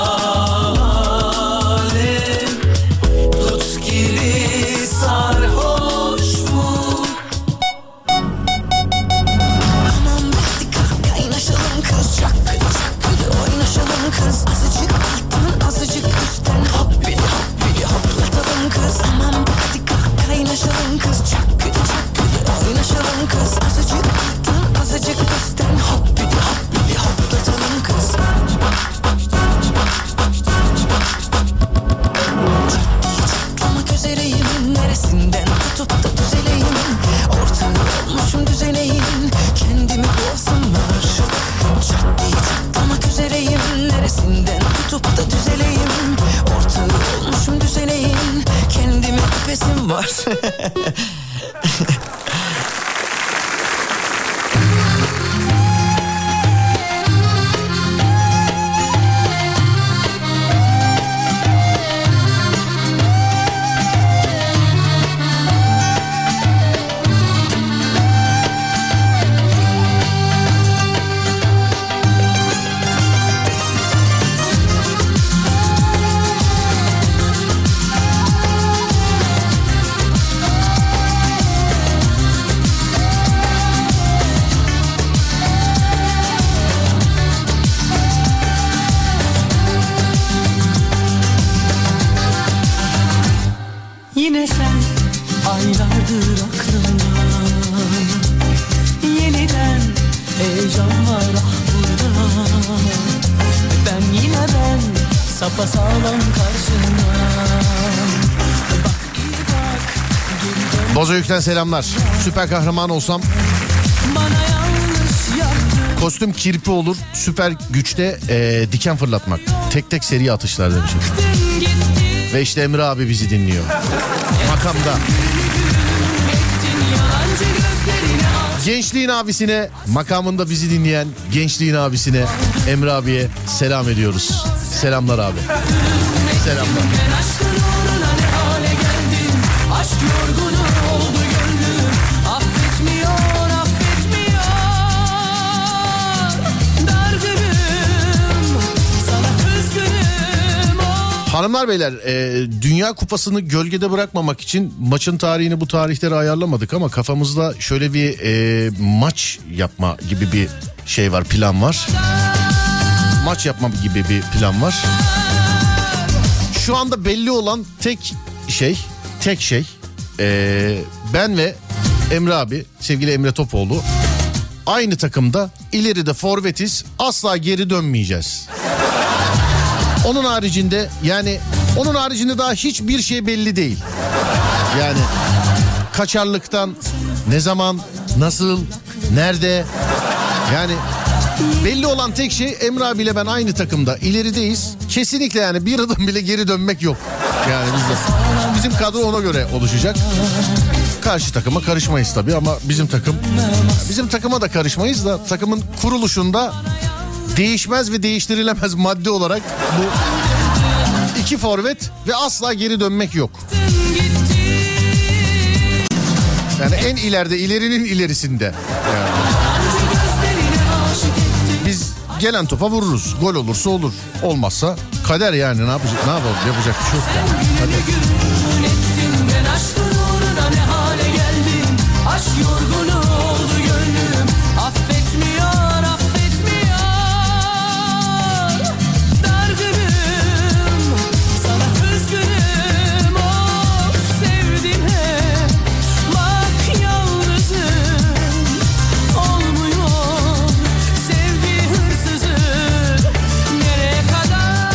S5: alem tut gibi sarhoş mu? Aman be hadi kalk kaynaşalım kız, çakkıdı çakkıdı oynaşalım kız. Azıcık alttan azıcık üstten hop bidi hop bidi hoplatalım kız. Aman be hadi kalk kaynaşalım kız, çakkıdı çakkıdı oynaşalım kız. Azıcık alttan azıcık üstten hop bidi hop bidi hoplatalım kız. Çatlamak üzereyim, neresinden tutup da düzeleyim. Ortağı olmuşum düzeneyim, kendimi boğasım var. Çat diye çatlamak üzereyim, neresinden tutup da düzeleyim. Ortağı olmuşum düzeneyim, kendimi öpesim var.
S6: Yine sen aylardır aklımda, yeniden heyecan var ah burada. Ben yine ben sapasağlam karşında. Bak iyi bak geri dön.
S2: Bozüyük'ten selamlar. Süper kahraman olsam
S6: Bana yanlış yaptın.
S2: kostüm kirpi olur. Süper güçte e, diken fırlatmak. Tek tek seri atışlar demişim. Ve işte Emre abi bizi dinliyor. Makamda. Gençliğin abisine, makamında bizi dinleyen gençliğin abisine Emre abiye selam ediyoruz. Selamlar abi. Selamlar.
S6: Aşk yorgunu oldu gönlüm, affetmiyor, affetmiyor. Dargınım, sana kızgınım. Oh.
S2: Hanımlar beyler, e, Dünya Kupası'nı gölgede bırakmamak için maçın tarihini bu tarihlere ayarlamadık ama kafamızda şöyle bir e, maç yapma gibi bir şey var, plan var. Maç yapma gibi bir plan var. Şu anda belli olan tek şey, tek şey e, ben ve Emre abi, sevgili Emre Topoğlu aynı takımda, ileride forvetiz, asla geri dönmeyeceğiz. Onun haricinde yani onun haricinde daha hiçbir şey belli değil. Yani kaçarlıktan ne zaman, nasıl, nerede, yani belli olan tek şey Emre abiyle ben aynı takımda, ilerideyiz. Kesinlikle yani bir adım bile geri dönmek yok. Yani bizde. Bizim kadro ona göre oluşacak. Karşı takıma karışmayız tabii ama bizim takım bizim takıma da karışmayız da takımın kuruluşunda değişmez ve değiştirilemez madde olarak bu iki forvet ve asla geri dönmek yok. Yani en ileride, ilerinin ilerisinde. Yani. Biz gelen topa vururuz. Gol olursa olur. Olmazsa kader yani, ne yapacak? Ne yapalım? Yapacak bir şey yok yani. Hadi.
S6: Aşk yorgunu oldu gönlüm, affetmiyor, affetmiyor. Dargınım, sana kızgınım, of sevdim hep. Bak yalnızım, olmuyor, sevgi hırsızı. Nereye kadar?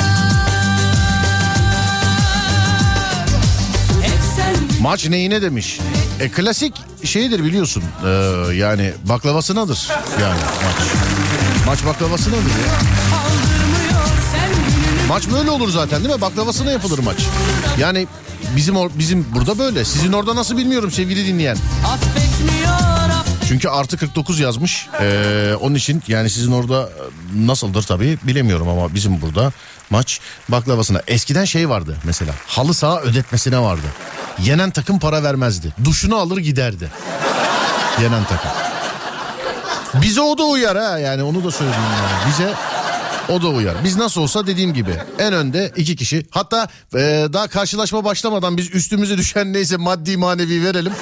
S6: Hep sen...
S2: Maç neyine demiş? E klasik şeydir biliyorsun. Ee, yani baklavasınadır. Yani maç. Maç baklavasınadır ya. Maç böyle olur zaten değil mi? Baklavasına yapılır maç. Yani bizim or- bizim burada böyle. Sizin orada nasıl bilmiyorum sevgili dinleyen. Çünkü artı kırk dokuz yazmış. Ee, onun için yani sizin orada nasıldır tabii bilemiyorum ama bizim burada maç baklavasına. Eskiden şey vardı mesela, halı saha ödetmesine vardı. Yenen takım para vermezdi. Duşunu alır giderdi. Yenen takım. Bize o da uyar ha, yani onu da söyleyeyim yani. Bize o da uyar. Biz nasıl olsa dediğim gibi en önde iki kişi. Hatta e, daha karşılaşma başlamadan biz üstümüze düşen neyse maddi manevi verelim.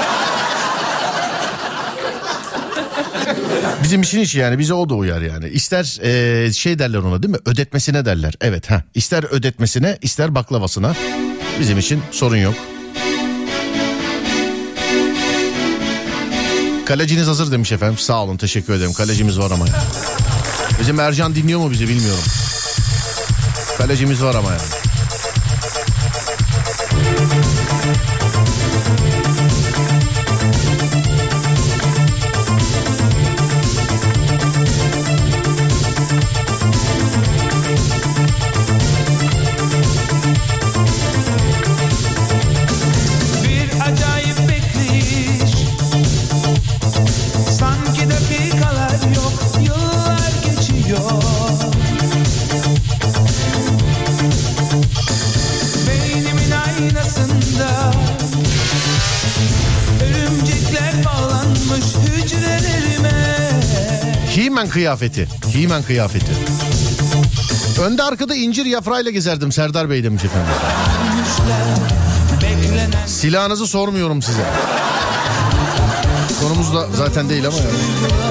S2: Bizim işin işi yani, bize o da uyar yani. İster e, şey derler ona değil mi? Ödetmesine derler. Evet ha. İster ödetmesine, ister baklavasına. Bizim için sorun yok. Kaleciniz hazır demiş efendim. Sağ olun, teşekkür ederim. Kalecimiz var ama. Bizim Ercan dinliyor mu bizi bilmiyorum. Kalecimiz var ama yani. He-Man kıyafeti. He-Man kıyafeti. Önde arkada incir yaprağıyla gezerdim Serdar Bey demiş efendim. Silahınızı sormuyorum size. Konumuz da zaten değil ama yani.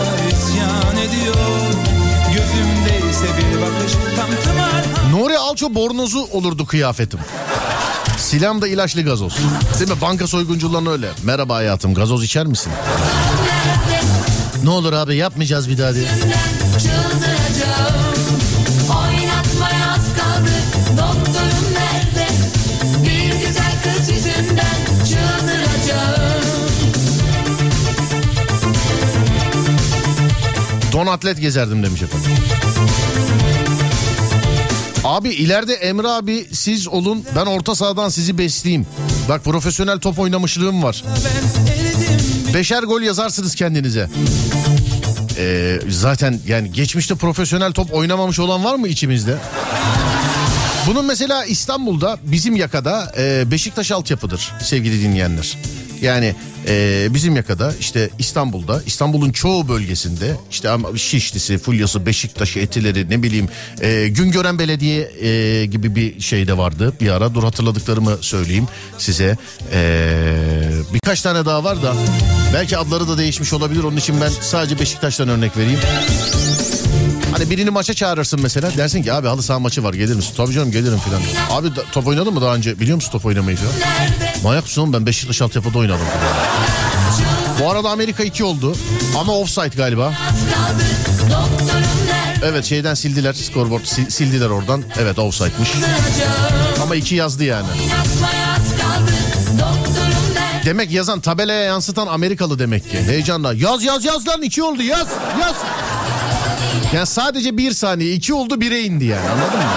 S2: Nuri Alço bornozu olurdu kıyafetim. Silahım da ilaçlı gazoz. Değil mi? Banka soyguncularına öyle. Merhaba hayatım, gazoz içer misin? Ne olur abi, yapmayacağız bir daha diye.
S4: Oynatmaya az kaldı, doktorum nerede? Bir güzel kız yüzünden çıldıracağım.
S2: Don atlet gezerdim demiş efendim. Abi ileride Emre abi siz olun, ben orta sahadan sizi besleyeyim. Bak profesyonel top oynamışlığım var. Beşer gol yazarsınız kendinize. Ee, zaten yani geçmişte profesyonel top oynamamış olan var mı içimizde? Bunun mesela İstanbul'da bizim yakada e, Beşiktaş altyapıdır sevgili dinleyenler. Yani e, bizim yakada işte İstanbul'da, İstanbul'un çoğu bölgesinde işte ama Şişli'si, Fulya'sı, Beşiktaş'ı, Etileri, ne bileyim e, Güngören Belediye e, gibi bir şey de vardı bir ara. Dur hatırladıklarımı söyleyeyim size. E, birkaç tane daha var da belki adları da değişmiş olabilir. Onun için ben sadece Beşiktaş'tan örnek vereyim. Hani birini maça çağırırsın mesela. Dersin ki abi halı saha maçı var, gelir misin? Tabii canım gelirim filan. Abi da, top oynadın mı daha önce? Biliyor musun top oynamayı falan? Manyak mısın oğlum, ben Beşiktaş altyapıda oynadım. Bu arada Amerika iki oldu. Ama offside galiba. Evet, şeyden sildiler, scoreboard sil- sildiler oradan. Evet, offside'miş. Ama iki yazdı yani. Demek yazan, tabelaya yansıtan Amerikalı demek ki. Heyecanla yaz yaz yaz lan, iki oldu, yaz yaz. Yani sadece bir saniye, iki oldu, bire indi yani, anladın mı?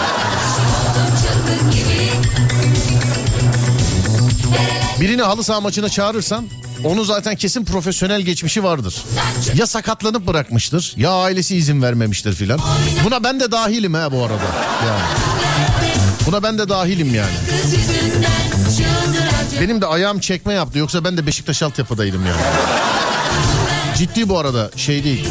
S2: Birini halı saha maçına çağırırsan onun zaten kesin profesyonel geçmişi vardır. Ya sakatlanıp bırakmıştır, ya ailesi izin vermemiştir filan. Buna ben de dahilim ha bu arada. Yani. Buna ben de dahilim yani. Benim de ayağım çekme yaptı, yoksa ben de Beşiktaş altyapıdaydım yani. Ciddi bu arada, şey değil.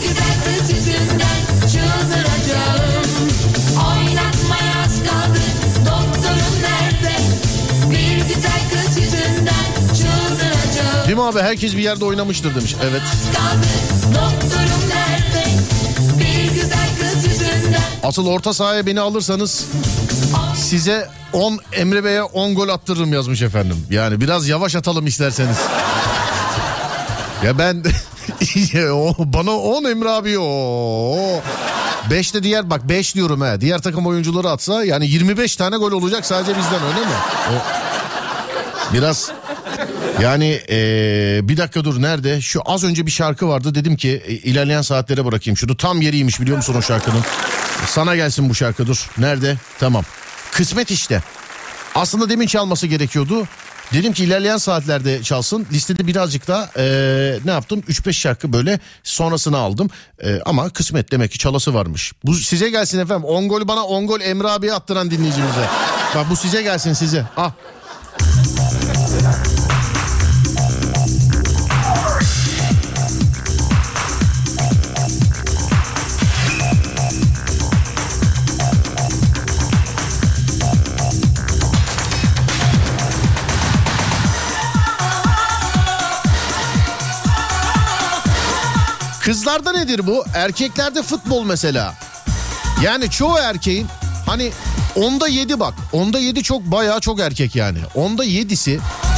S2: Değil mi abi, herkes bir yerde oynamıştır demiş. Evet. Asıl orta sahaya beni alırsanız size on, Emre Bey'e on gol attırırım yazmış efendim. Yani biraz yavaş atalım isterseniz. Ya ben bana on, Emre abi o. beşte diğer, bak beş diyorum ha. Diğer takım oyuncuları atsa yani yirmi beş tane gol olacak sadece bizden, öyle mi? O biraz yani ee, bir dakika dur, nerede? Şu az önce bir şarkı vardı, dedim ki e, ilerleyen saatlere bırakayım şunu. Tam yeriymiş biliyor musun o şarkının? Sana gelsin bu şarkı, dur. Nerede? Tamam. Kısmet işte. Aslında demin çalması gerekiyordu. Dedim ki ilerleyen saatlerde çalsın. Listede birazcık da e, ne yaptım? üç beş şarkı böyle sonrasını aldım. E, ama kısmet, demek ki çalası varmış. Bu size gelsin efendim. on gol bana, on gol Emre abiye attıran dinleyicimize. Bak bu size gelsin, size. Ah. Kızlarda nedir bu? Erkeklerde futbol mesela. Yani çoğu erkeğin hani onda yedi bak. Onda yedi çok, bayağı çok erkek yani. Onda yedisi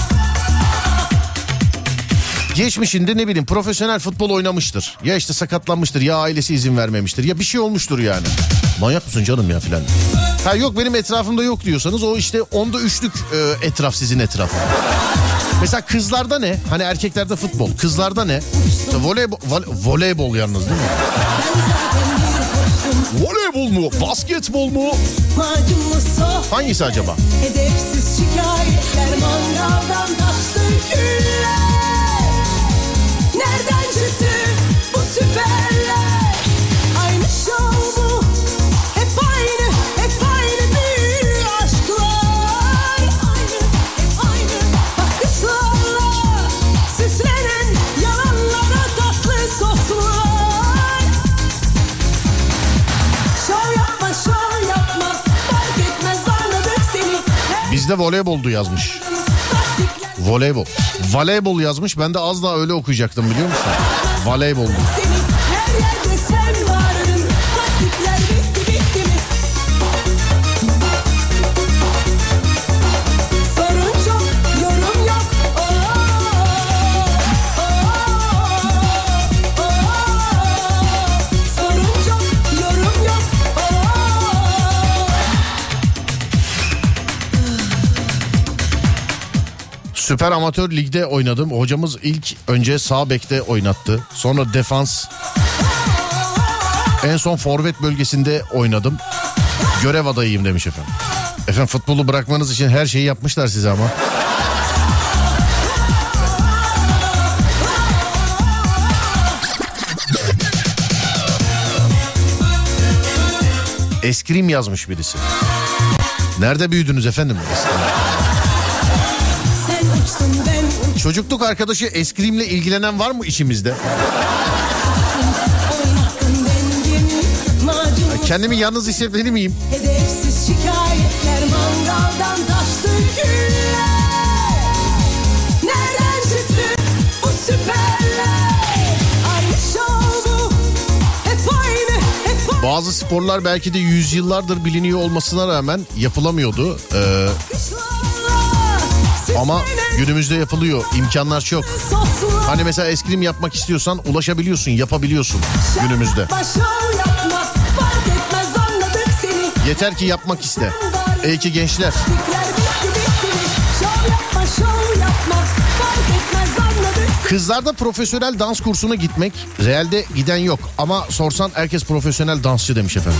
S2: geçmişinde ne bileyim profesyonel futbol oynamıştır. Ya işte sakatlanmıştır, ya ailesi izin vermemiştir, ya bir şey olmuştur yani. Manyak mısın canım ya filan. Ha yok benim etrafımda yok diyorsanız o işte onda üçlük e, etraf sizin etrafınız. Mesela kızlarda ne? Hani erkeklerde futbol. Kızlarda ne? İşte voleybol, voleybol yalnız değil mi? Voleybol mu? Basketbol mu? Hangisi acaba?
S6: Hedefsiz şikayetler, mangaldan taştı güller. Nereden çıktı bu süperler? Aynı şov mu? Hep aynı, hep aynı büyük aşklar. Aynı, hep aynı bakışlarla süslenen yalanlara tatlı soslar. Şov yapma, şov yapma, fark etmez anladık seni.
S2: Bizde voleyboldu yazmış. Voleybol. Voleybol yazmış. Ben de az daha öyle okuyacaktım biliyor musun? Voleybol.
S6: Seni her yerde sen vardın. Taktikler bitti bitti mi? Sorun çok, yorum yok. Oo, oo, oo. Sorun çok, yorum yok. Oo.
S2: Süper Amatör Lig'de oynadım. Hocamız ilk önce sağ bekte oynattı. Sonra defans. En son forvet bölgesinde oynadım. Görev adayıyım demiş efendim. Efendim futbolu bırakmanız için her şeyi yapmışlar size ama. Eskrim yazmış birisi. Nerede büyüdünüz efendim?
S6: Sen uçtun ben uçtum.
S2: Çocukluk arkadaşı eskrimle ilgilenen var mı içimizde?
S6: Oynattın dengemi, macunu.
S2: Kendimi yalnız hissetmeli miyim?
S6: Hedefsiz şikayetler, mangaldan taştı güller. Nereden çıktı bu süperler? Aynı şov mu? Hep aynı, hep aynı.
S2: Bazı sporlar belki de yüzyıllardır biliniyor olmasına rağmen yapılamıyordu. Ee, ama günümüzde yapılıyor. İmkanlar çok. Hani mesela eskrim yapmak istiyorsan ulaşabiliyorsun, yapabiliyorsun günümüzde. Yeter ki yapmak iste. Ey ki gençler. Kızlarda profesyonel dans kursuna gitmek, realde giden yok. Ama sorsan herkes profesyonel dansçı demiş efendim.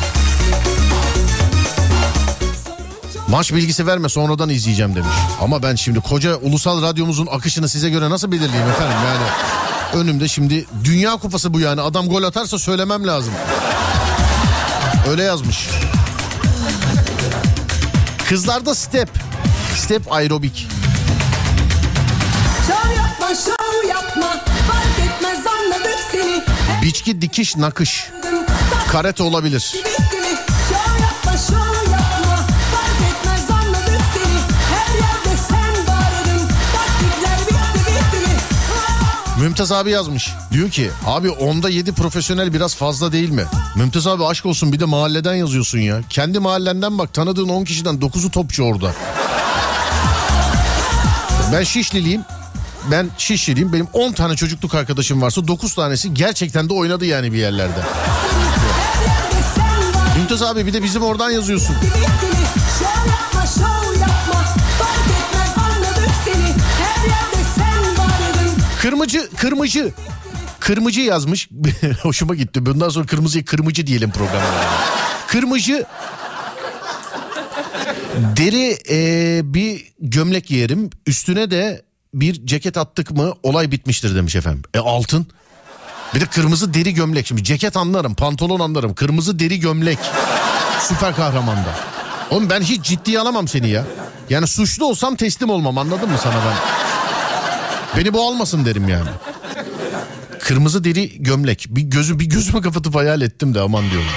S2: Maç bilgisi verme, sonradan izleyeceğim demiş. Ama ben şimdi koca ulusal radyomuzun akışını size göre nasıl belirleyeyim efendim yani. Önümde şimdi Dünya Kupası bu yani. Adam gol atarsa söylemem lazım. Öyle yazmış. Kızlarda step. Step aerobik. Biçki, dikiş, nakış. Karate olabilir. Mümtaz abi yazmış. Diyor ki abi onda yedi profesyonel biraz fazla değil mi? Mümtaz abi aşk olsun, bir de mahalleden yazıyorsun ya. Kendi mahallenden bak, tanıdığın on kişiden dokuzu topçu orada. Ben Şişliliyim. Ben Şişliyim. Benim on tane çocukluk arkadaşım varsa dokuz tanesi gerçekten de oynadı yani bir yerlerde. Mümtaz abi bir de bizim oradan yazıyorsun. Kırmızı, kırmızı. Kırmızı yazmış. Hoşuma gitti. Bundan sonra kırmızıya kırmızı diyelim programda. Kırmızı. Deri e, bir gömlek giyerim. Üstüne de bir ceket attık mı olay bitmiştir demiş efendim. E altın. Bir de kırmızı deri gömlek. Şimdi ceket anlarım, pantolon anlarım. Kırmızı deri gömlek. Süper kahramanda. Oğlum ben hiç ciddiye alamam seni ya. Yani suçlu olsam teslim olmam, anladın mı sana ben? Beni bu almasın derim yani. Kırmızı deri gömlek. Bir gözü bir gözümü kapatıp hayal ettim de aman diyorum.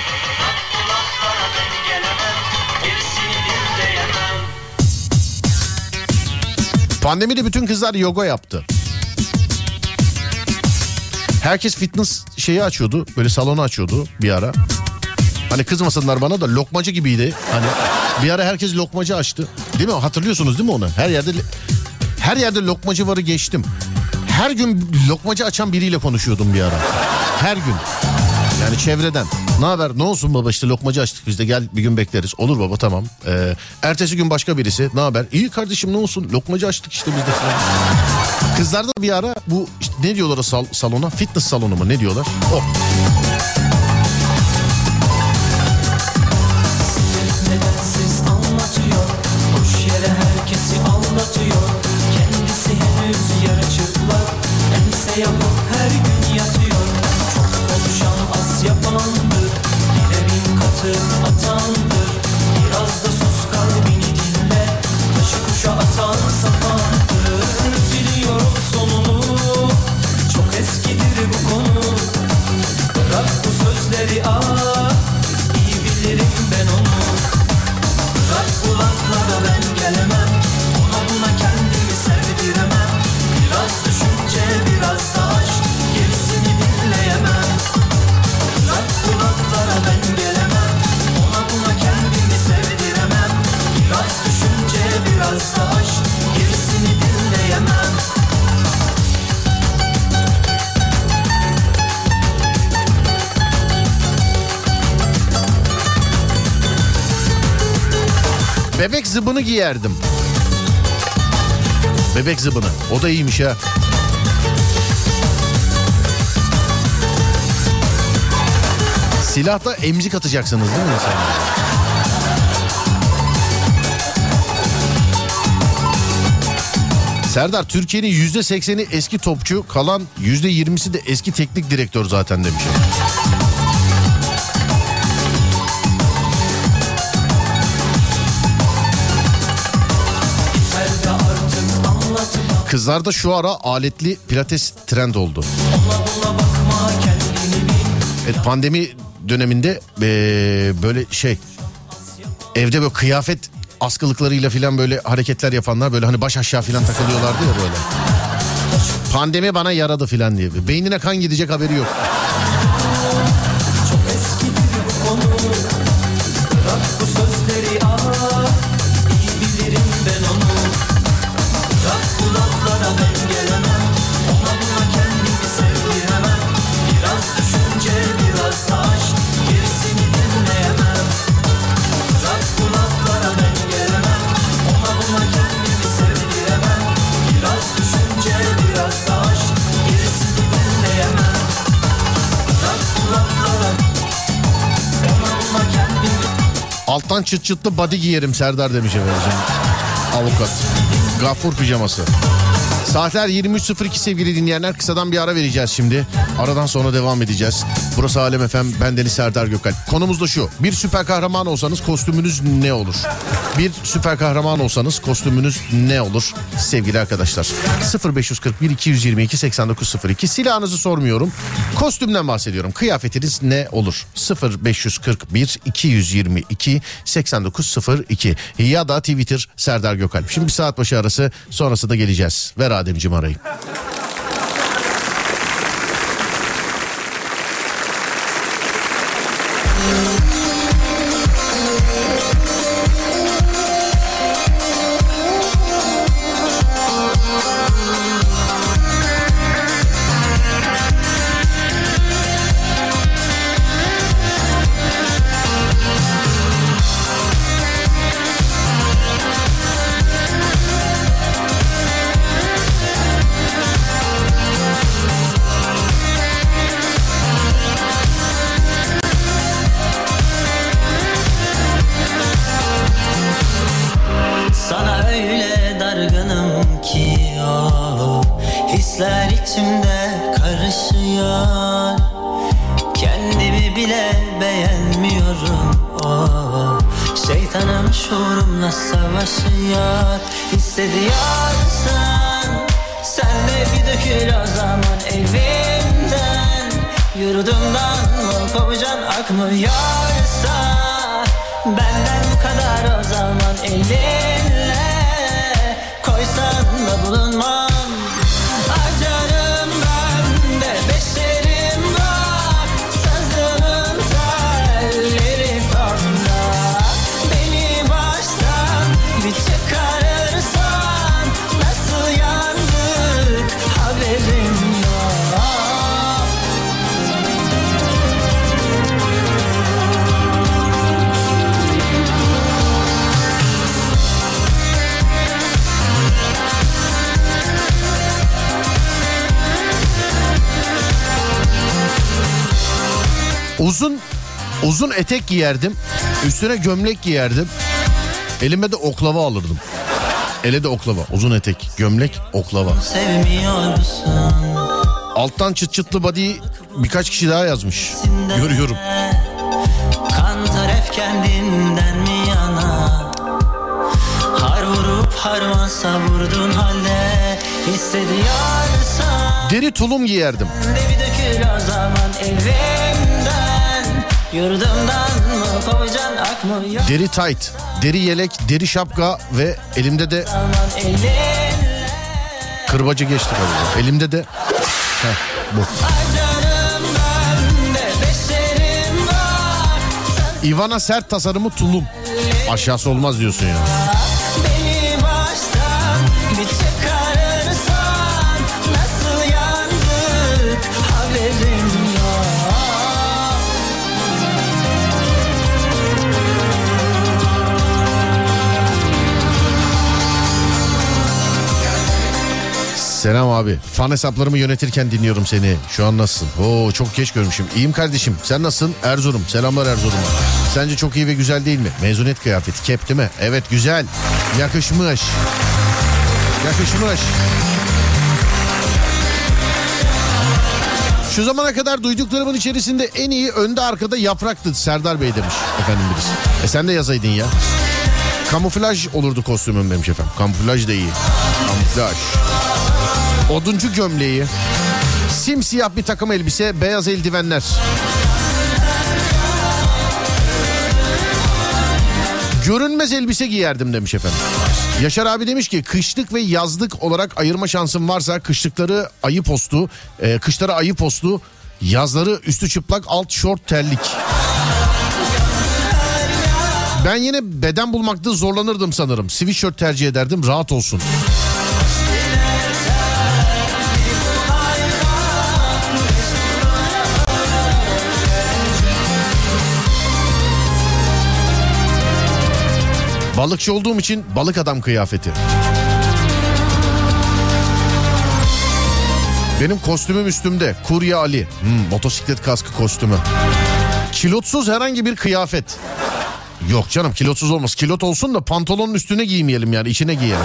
S2: Pandemide bütün kızlar yoga yaptı. Herkes fitness şeyi açıyordu. Böyle salonu açıyordu bir ara. Hani kızmasınlar bana da, lokmacı gibiydi. Hani bir ara herkes lokmacı açtı. Değil mi? Hatırlıyorsunuz değil mi onu? Her yerde her yerde lokmacı varı geçtim. Her gün lokmacı açan biriyle konuşuyordum bir ara. Her gün. Yani çevreden. Ne haber? Ne olsun baba, işte lokmacı açtık biz de, gel bir gün bekleriz. Olur baba, tamam. Ee, ertesi gün başka birisi. Ne haber? İyi kardeşim, ne olsun? Lokmacı açtık işte biz de falan. Kızlarda bir ara bu işte, ne diyorlar o sal- salona? Fitness salonu mu? Ne diyorlar? O.
S7: Nedensiz anlatıyor. Boş yere herkesi anlatıyor. Kendisi henüz yarı çıplak. Ense yapıp her gün yatıyor. Çok konuşan az yapandır. Yine bin katı atandır. Biraz da sus kalbini dinle. Taşı kuşa atan sapandır. Biliyorum sonunu. Çok eskidir bu konu. Bırak bu sözleri, ah iyi bilirim ben onu. Bırak bu laflara ben gelemem. Ona buna kendimi sevdiremem. Biraz düşünce biraz da aşk, gerisini dinleyemem. Bırak bu laflara ben gelemem. Ona buna kendimi sevdiremem. Biraz düşünce biraz da aşk, gerisini dinleyemem.
S2: Bebek zıbını giyerdim. Bebek zıbını. O da iyiymiş ha. Silahta emzik atacaksınız değil mi mesela? Serdar, Türkiye'nin yüzde sekseni eski topçu, kalan yüzde yirmisi de eski teknik direktör zaten demiş. Kızlarda şu ara aletli pilates trend oldu. Evet, pandemi döneminde ee, böyle şey, evde böyle kıyafet askılıklarıyla falan böyle hareketler yapanlar, böyle hani baş aşağı falan takılıyorlardı ya böyle. Pandemi bana yaradı falan diye. Beynine kan gidecek haberi yok.
S7: Çok eskidir bu konu.
S2: Alttan çıt çıtlı body giyerim Serdar demiş efendim. Avukat. Gafur pijaması. Saatler yirmi üç sıfır iki sevgili dinleyenler. Kısadan bir ara vereceğiz şimdi. Aradan sonra devam edeceğiz. Burası Alem F M. Bendeniz Serdar Gökalp. Konumuz da şu. Bir süper kahraman olsanız kostümünüz ne olur? Bir süper kahraman olsanız kostümünüz ne olur sevgili arkadaşlar? sıfır beş kırk bir iki yüz yirmi iki seksen dokuz sıfır iki. Silahınızı sormuyorum. Kostümden bahsediyorum. Kıyafetiniz ne olur? sıfır beş kırk bir iki yüz yirmi iki seksen dokuz sıfır iki ya da Twitter Serdar Gökalp. Şimdi bir saat başı arası, sonrası da geleceğiz. Ver Ademciğim arayı.
S7: Hisler içimde karışıyor. Kendimi bile beğenmiyorum. Oh, şeytanım şuurumla savaşıyor. Hissediyorsan sen de bir dökül o zaman evimden. Yurdumdan mı kovacan akmıyorsa benden bu kadar o zaman elinle koysan da bulunmam. Acarım ben de beşerim var. Sazımın telleri sonda. Beni baştan bir çıkarırsan nasıl yandık haberim yok.
S2: Uzun uzun etek giyerdim. Üstüne gömlek giyerdim. Elime de oklava alırdım. Ele de oklava. Uzun etek, gömlek, oklava. Alttan çıt çıtlı body birkaç kişi daha yazmış. Görüyorum.
S7: Kantar hep kendinden mi yana? Har vurup harman savurdun halde hissediyorsan.
S2: Deri tulum giyerdim.
S7: De bir dökül o zaman evimden. Yurdumdan mı kovacan akmıyor?
S2: Deri tight, deri yelek, deri şapka ve elimde de kırbacı geçti galiba. Elimde de heh, bu. Ivana sert tasarımı tulum. Aşağısı olmaz diyorsun ya.
S7: Beni baştan bir çıkarırsan nasıl yandık haberim yok.
S2: Selam abi. Fan hesaplarımı yönetirken dinliyorum seni. Şu an nasılsın? Oo, çok geç görmüşüm. İyiyim kardeşim. Sen nasılsın? Erzurum. Selamlar Erzurum'a. Sence çok iyi ve güzel değil mi? Mezuniyet kıyafeti. Kep değil mi? Evet, güzel. Yakışmış. Yakışmış. Şu zamana kadar duyduklarımın içerisinde en iyi önde arkada yapraktı Serdar Bey demiş efendim birisi. E sen de yazaydın ya. Kamuflaj olurdu kostümüm demiş efendim. Kamuflaj da iyi. Kamuflaj. Oduncu gömleği. Simsiyah bir takım elbise, beyaz eldivenler. Görünmez elbise giyerdim demiş efendim. Yaşar abi demiş ki kışlık ve yazlık olarak ayırma şansım varsa kışlıkları ayı postu, e, kışları ayı postu, yazları üstü çıplak alt şort terlik. Ben yine beden bulmakta zorlanırdım sanırım. Sweatshirt tercih ederdim, rahat olsun. Balıkçı olduğum için balık adam kıyafeti. Benim kostümüm üstümde. Kurye Ali. Hmm, motosiklet kaskı kostümü. Kilotsuz herhangi bir kıyafet. Yok canım, kilotsuz olmaz. Kilot olsun da pantolonun üstüne giymeyelim yani, içine giyelim.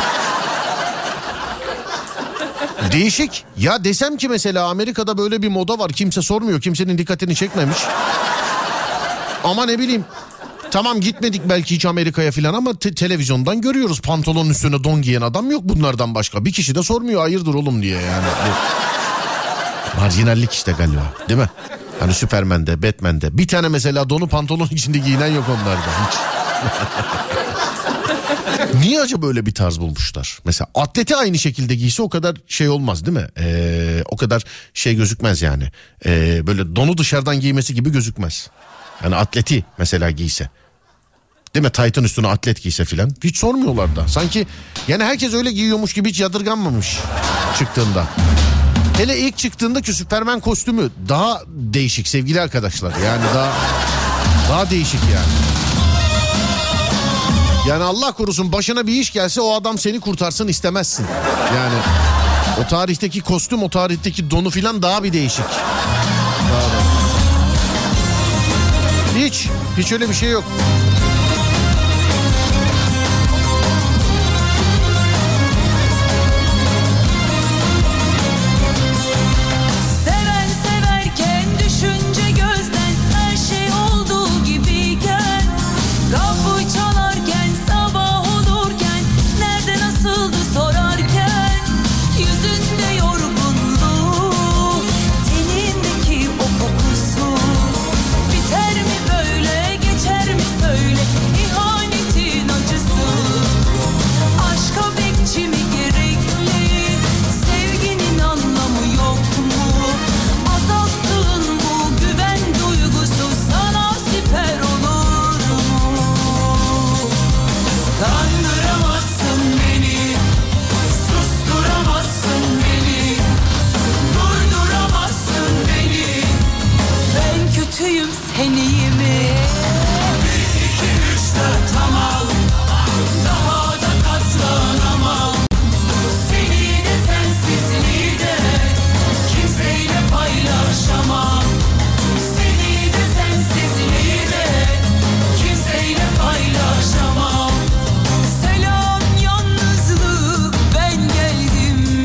S2: Değişik. Ya desem ki mesela Amerika'da böyle bir moda var, kimse sormuyor, kimsenin dikkatini çekmemiş. Ama ne bileyim, tamam gitmedik belki hiç Amerika'ya falan ama te- televizyondan görüyoruz pantolonun üstüne don giyen adam yok bunlardan başka. Bir kişi de sormuyor hayırdır oğlum diye yani. Marjinallik işte galiba, değil mi? Hani Superman'de, Batman'de bir tane mesela donu pantolon içinde giyinen yok onlarda hiç. Niye acaba böyle bir tarz bulmuşlar? Mesela atleti aynı şekilde giyse o kadar şey olmaz değil mi? Ee, o kadar şey gözükmez yani. Ee, böyle donu dışarıdan giymesi gibi gözükmez. Yani atleti mesela giyse. Değil mi? Taytın üstüne atlet giyse filan. Hiç sormuyorlar da. Sanki yani herkes öyle giyiyormuş gibi hiç yadırganmamış çıktığında. Hele ilk çıktığında ki Superman kostümü daha değişik sevgili arkadaşlar. Yani daha daha değişik yani. Yani Allah korusun başına bir iş gelse o adam seni kurtarsın istemezsin. Yani o tarihteki kostüm, o tarihteki donu filan daha bir değişik. Daha da. Hiç, hiç öyle bir şey yok.
S6: Seven severken düşünce gözden her şey olduğu gibiyken, kapı çalarken sabah olurken nerede nasıldı sorarken, yüzünde yorgunluğu, tenindeki o kokusu, biter mi böyle geçer mi söyle ihanetin acısı, aşka bekçi mi gerekli, sevginin anlamı yok mu, azalttığın bu güven duygusu sana siper olur mu? Kandıramazsın beni, susturamazsın beni, durduramazsın beni, ben kötüyüm sen iyi mi? Bir, iki, üç, dört tamam, daha da katlanamam, seni de sensizliği de kimseyle paylaşamam, seni de sensizliği de kimseyle paylaşamam. Selam yalnızlık, ben geldim.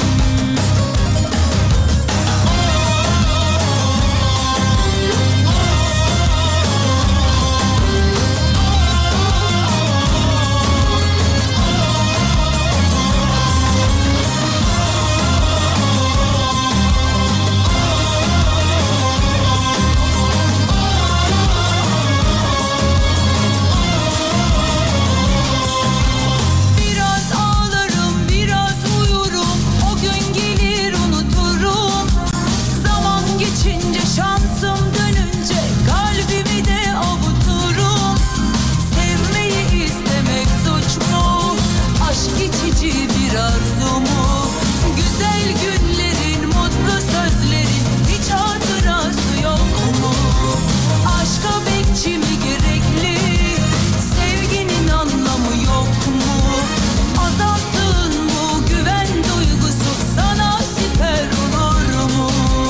S6: Biraz ağlarım, biraz uyurum, o gün gelir unuturum. Zaman geçince, şansım dönünce kalbimi de avuturum. Sevmeyi istemek suç mu? Aşk geçici bir arzu mu? Güzel günlerin, mutlu sözlerin hiç hatırası yok mu? Aşka bekçi mi gerekli? Sevginin anlamı yok mu? Azalttığın bu güven duygusu sana siper olur mu?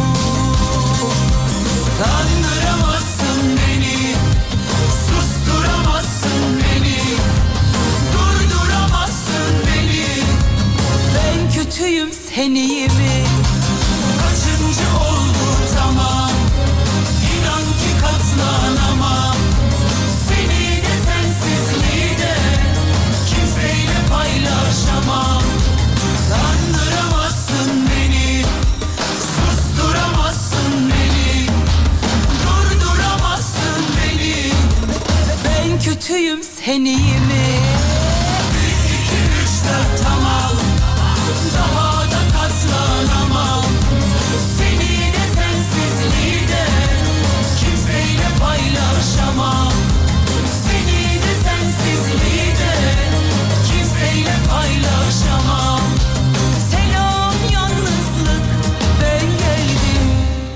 S6: Kandıramazsın beni, susturamazsın beni, durduramazsın beni, ben kötüyüm sen iyi mi? Kaçıncı oldu tamam, inan ki katlanamam, seni de sensizliği de kimseyle paylaşamam. Kandıramazsın beni, susturamazsın beni, durduramazsın beni, ben kötüyüm sen iyi mi? Bir, iki, üç, dört tamam, daha da katlanamam, seni de sensizliği de kimseyle paylaşamam, seni de sensizliği de kimseyle paylaşamam. Selam yalnızlık, ben geldim.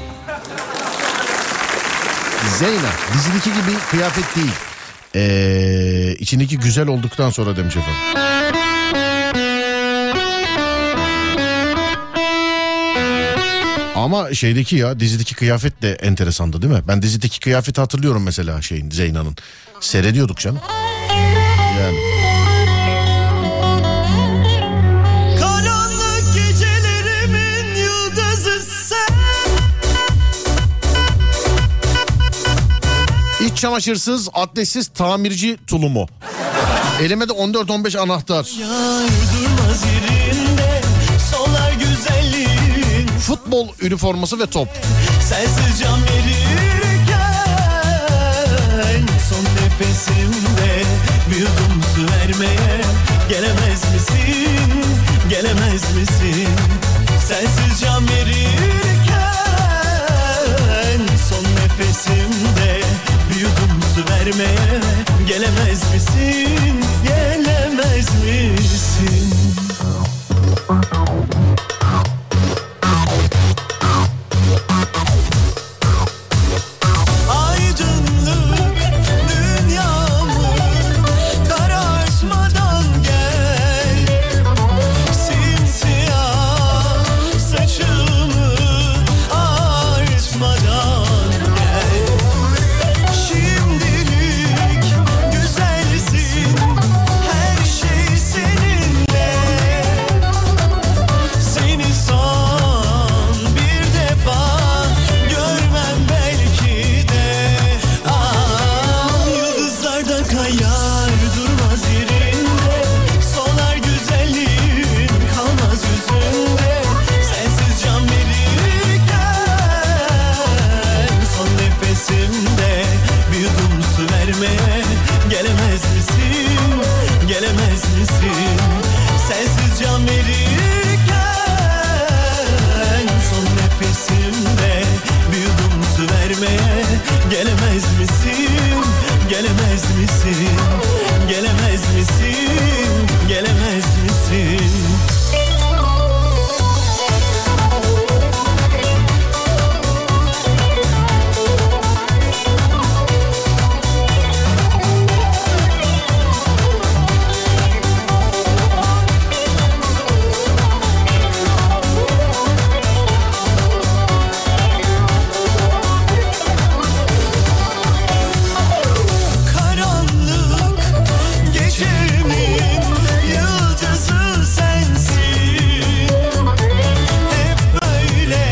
S2: Zeyna dizideki gibi kıyafet değil. Ee, içindeki güzel olduktan sonra demiş efendim. Ama şeydeki ya dizideki kıyafet de enteresandı değil mi? Ben dizideki kıyafeti hatırlıyorum mesela şeyin Zeyna'nın. Seyrediyorduk canım. Yani.
S1: Karanlık gecelerimin yıldızı sen.
S2: İç çamaşırsız, adletsiz tamirci tulumu. Elime de on dört on beş anahtar.
S1: Yar durmaz yerinde, solar güzelliğin.
S2: Futbol üniforması ve top.
S1: Sensiz can verirken son nefesimde bir yudum su vermeye gelemez misin, gelemez misin? Sensiz can verirken son nefesimde bir yudum su vermeye gelemez misin, gelemez misin? Aydınlık dünyamı karartmadan gel, simsiyah saçımı artmadan gel. Şimdilik güzelsin, her şey seninle. Seni son bir defa görmem belki de. Ah, yıldızlarda kayar durmaz yerinde, solar güzelliğin kalmaz yüzünde. Sensiz can verirken son nefesimde bir yudum su vermeye gelemez misin, gelemez misin? Sensiz can verirken son nefesimde bir yudum su vermeye gelemez misin, gelemez misin? Gelemez misin, gelemez misin? Karanlık gecemin yıldızı sensin. Hep böyle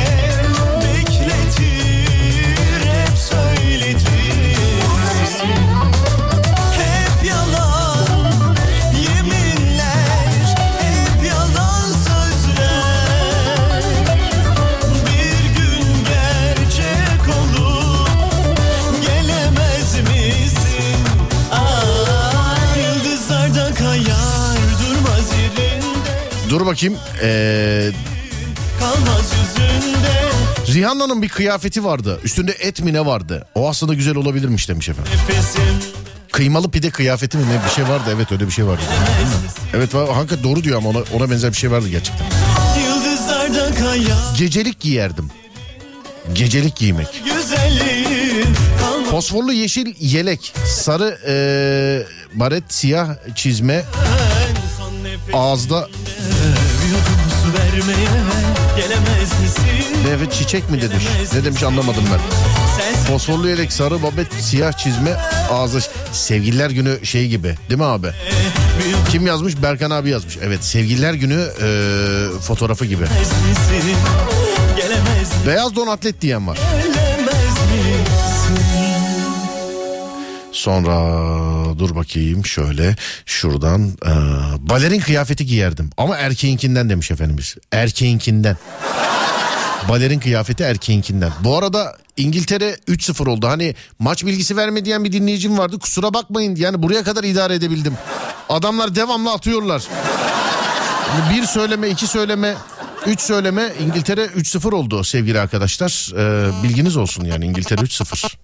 S1: bekletir, hep söyletirsin. Hep yalan yeminler, hep yalan sözler. Bir gün gerçek olup gelemez misin? Ah, yıldızlarda kayar durmaz yerinde,
S2: Dur bakayım. Ee,
S1: kalmaz yüzünde.
S2: Rihanna'nın bir kıyafeti vardı. Üstünde et mi ne vardı? O aslında güzel olabilirmiş demiş efendim.
S1: Nefesim
S2: Kıymalı pide kıyafeti mi ne bir şey vardı. Evet öyle bir şey vardı. Evet var. Hakikaten doğru diyor ama ona, ona benzer bir şey vardı gerçekten.
S1: yıldızlarda kayar
S2: Gecelik giyerdim. Gecelik giymek.
S1: güzelliğin kalmaz
S2: Fosforlu yeşil yelek, sarı ee, baret, siyah çizme,
S1: son nefesimde
S2: ağızda
S1: bir yudum su vermeye gelemez misin?
S2: evet çiçek mi demiş. Ne demiş anlamadım ben.
S1: Sensiz
S2: Fosforlu yelek, sarı babet, siyah çizme, ağızda sevgililer günü şey gibi değil mi abi?
S1: bir yudum
S2: Kim yazmış? Berkan abi yazmış. Evet sevgililer günü ee, fotoğrafı gibi.
S1: misin? Gelemez,
S2: Beyaz don atlet diyen var.
S1: gelemez misin?
S2: Sonra dur bakayım şöyle şuradan ee, balerin kıyafeti giyerdim. Ama erkeğinkinden demiş efendimiz. Erkeğinkinden. Balerin kıyafeti erkeğinkinden. Bu arada İngiltere üç sıfır oldu. Hani maç bilgisi verme diyen bir dinleyicim vardı. Kusura bakmayın yani buraya kadar idare edebildim. Adamlar devamlı atıyorlar. Yani bir söyleme, iki söyleme, üç söyleme İngiltere üç sıfır oldu sevgili arkadaşlar. Ee, bilginiz olsun yani İngiltere üç sıfır.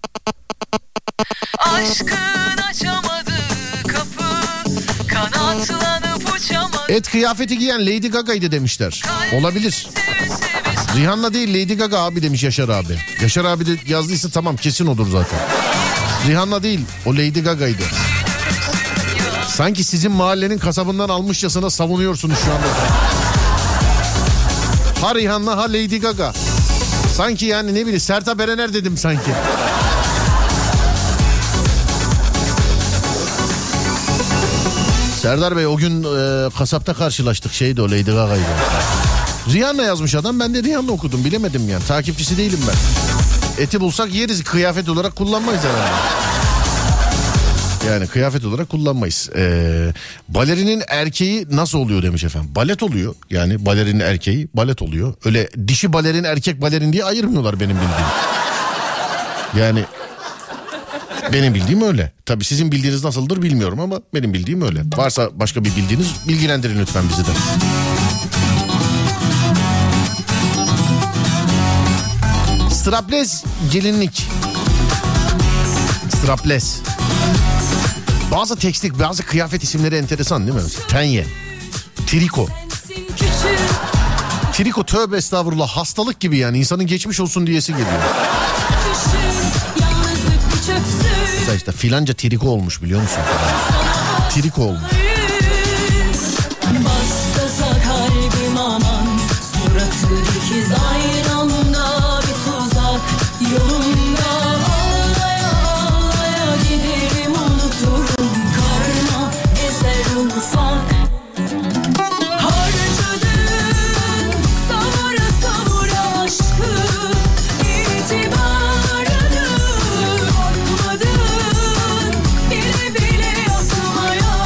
S8: Aşkın açamadığı kapı, kanatlanıp uçamadı.
S2: Et kıyafeti giyen Lady Gaga'ydı demişler. Olabilir. Rihanna değil Lady Gaga abi demiş Yaşar abi. Yaşar abi de yazdıysa tamam kesin odur zaten. Rihanna değil o Lady Gaga'ydı. Sanki sizin mahallenin kasabından almışçasına savunuyorsunuz şu anda. Ha Rihanna ha Lady Gaga. Sanki yani ne bileyim Sertab Erener dedim sanki. Serdar Bey o gün e, kasapta karşılaştık, şeydi o, Lady Gaga'ydı. Rihanna yazmış adam, ben de Rihanna okudum, bilemedim yani, takipçisi değilim ben. Eti bulsak yeriz, kıyafet olarak kullanmayız herhalde. Yani kıyafet olarak kullanmayız. Ee, balerinin erkeği nasıl oluyor demiş efendim. Balet oluyor yani, balerinin erkeği balet oluyor. Öyle dişi balerin erkek balerin diye ayırmıyorlar benim bildiğim. Yani benim bildiğim öyle. Tabii sizin bildiğiniz nasıldır bilmiyorum ama benim bildiğim öyle. Varsa başka bir bildiğiniz bilgilendirin lütfen bizi de. Strapless gelinlik. Strapless. Bazı tekstil, bazı kıyafet isimleri enteresan değil mi? Penye, triko. Triko, tövbe estağfurullah, hastalık gibi yani, insanın geçmiş olsun diyesi geliyor. Mesela işte filanca triko olmuş, biliyor musun? Triko olmuş.
S4: Bastasa kalbim aman, suratı ikiz aynı anda bir tuzak yolunda. Ağlaya ağlaya giderim, unuturum karma ezer ufak. Harcadın savura savura aşkı, itibarını korkmadın bile bile yapmaya.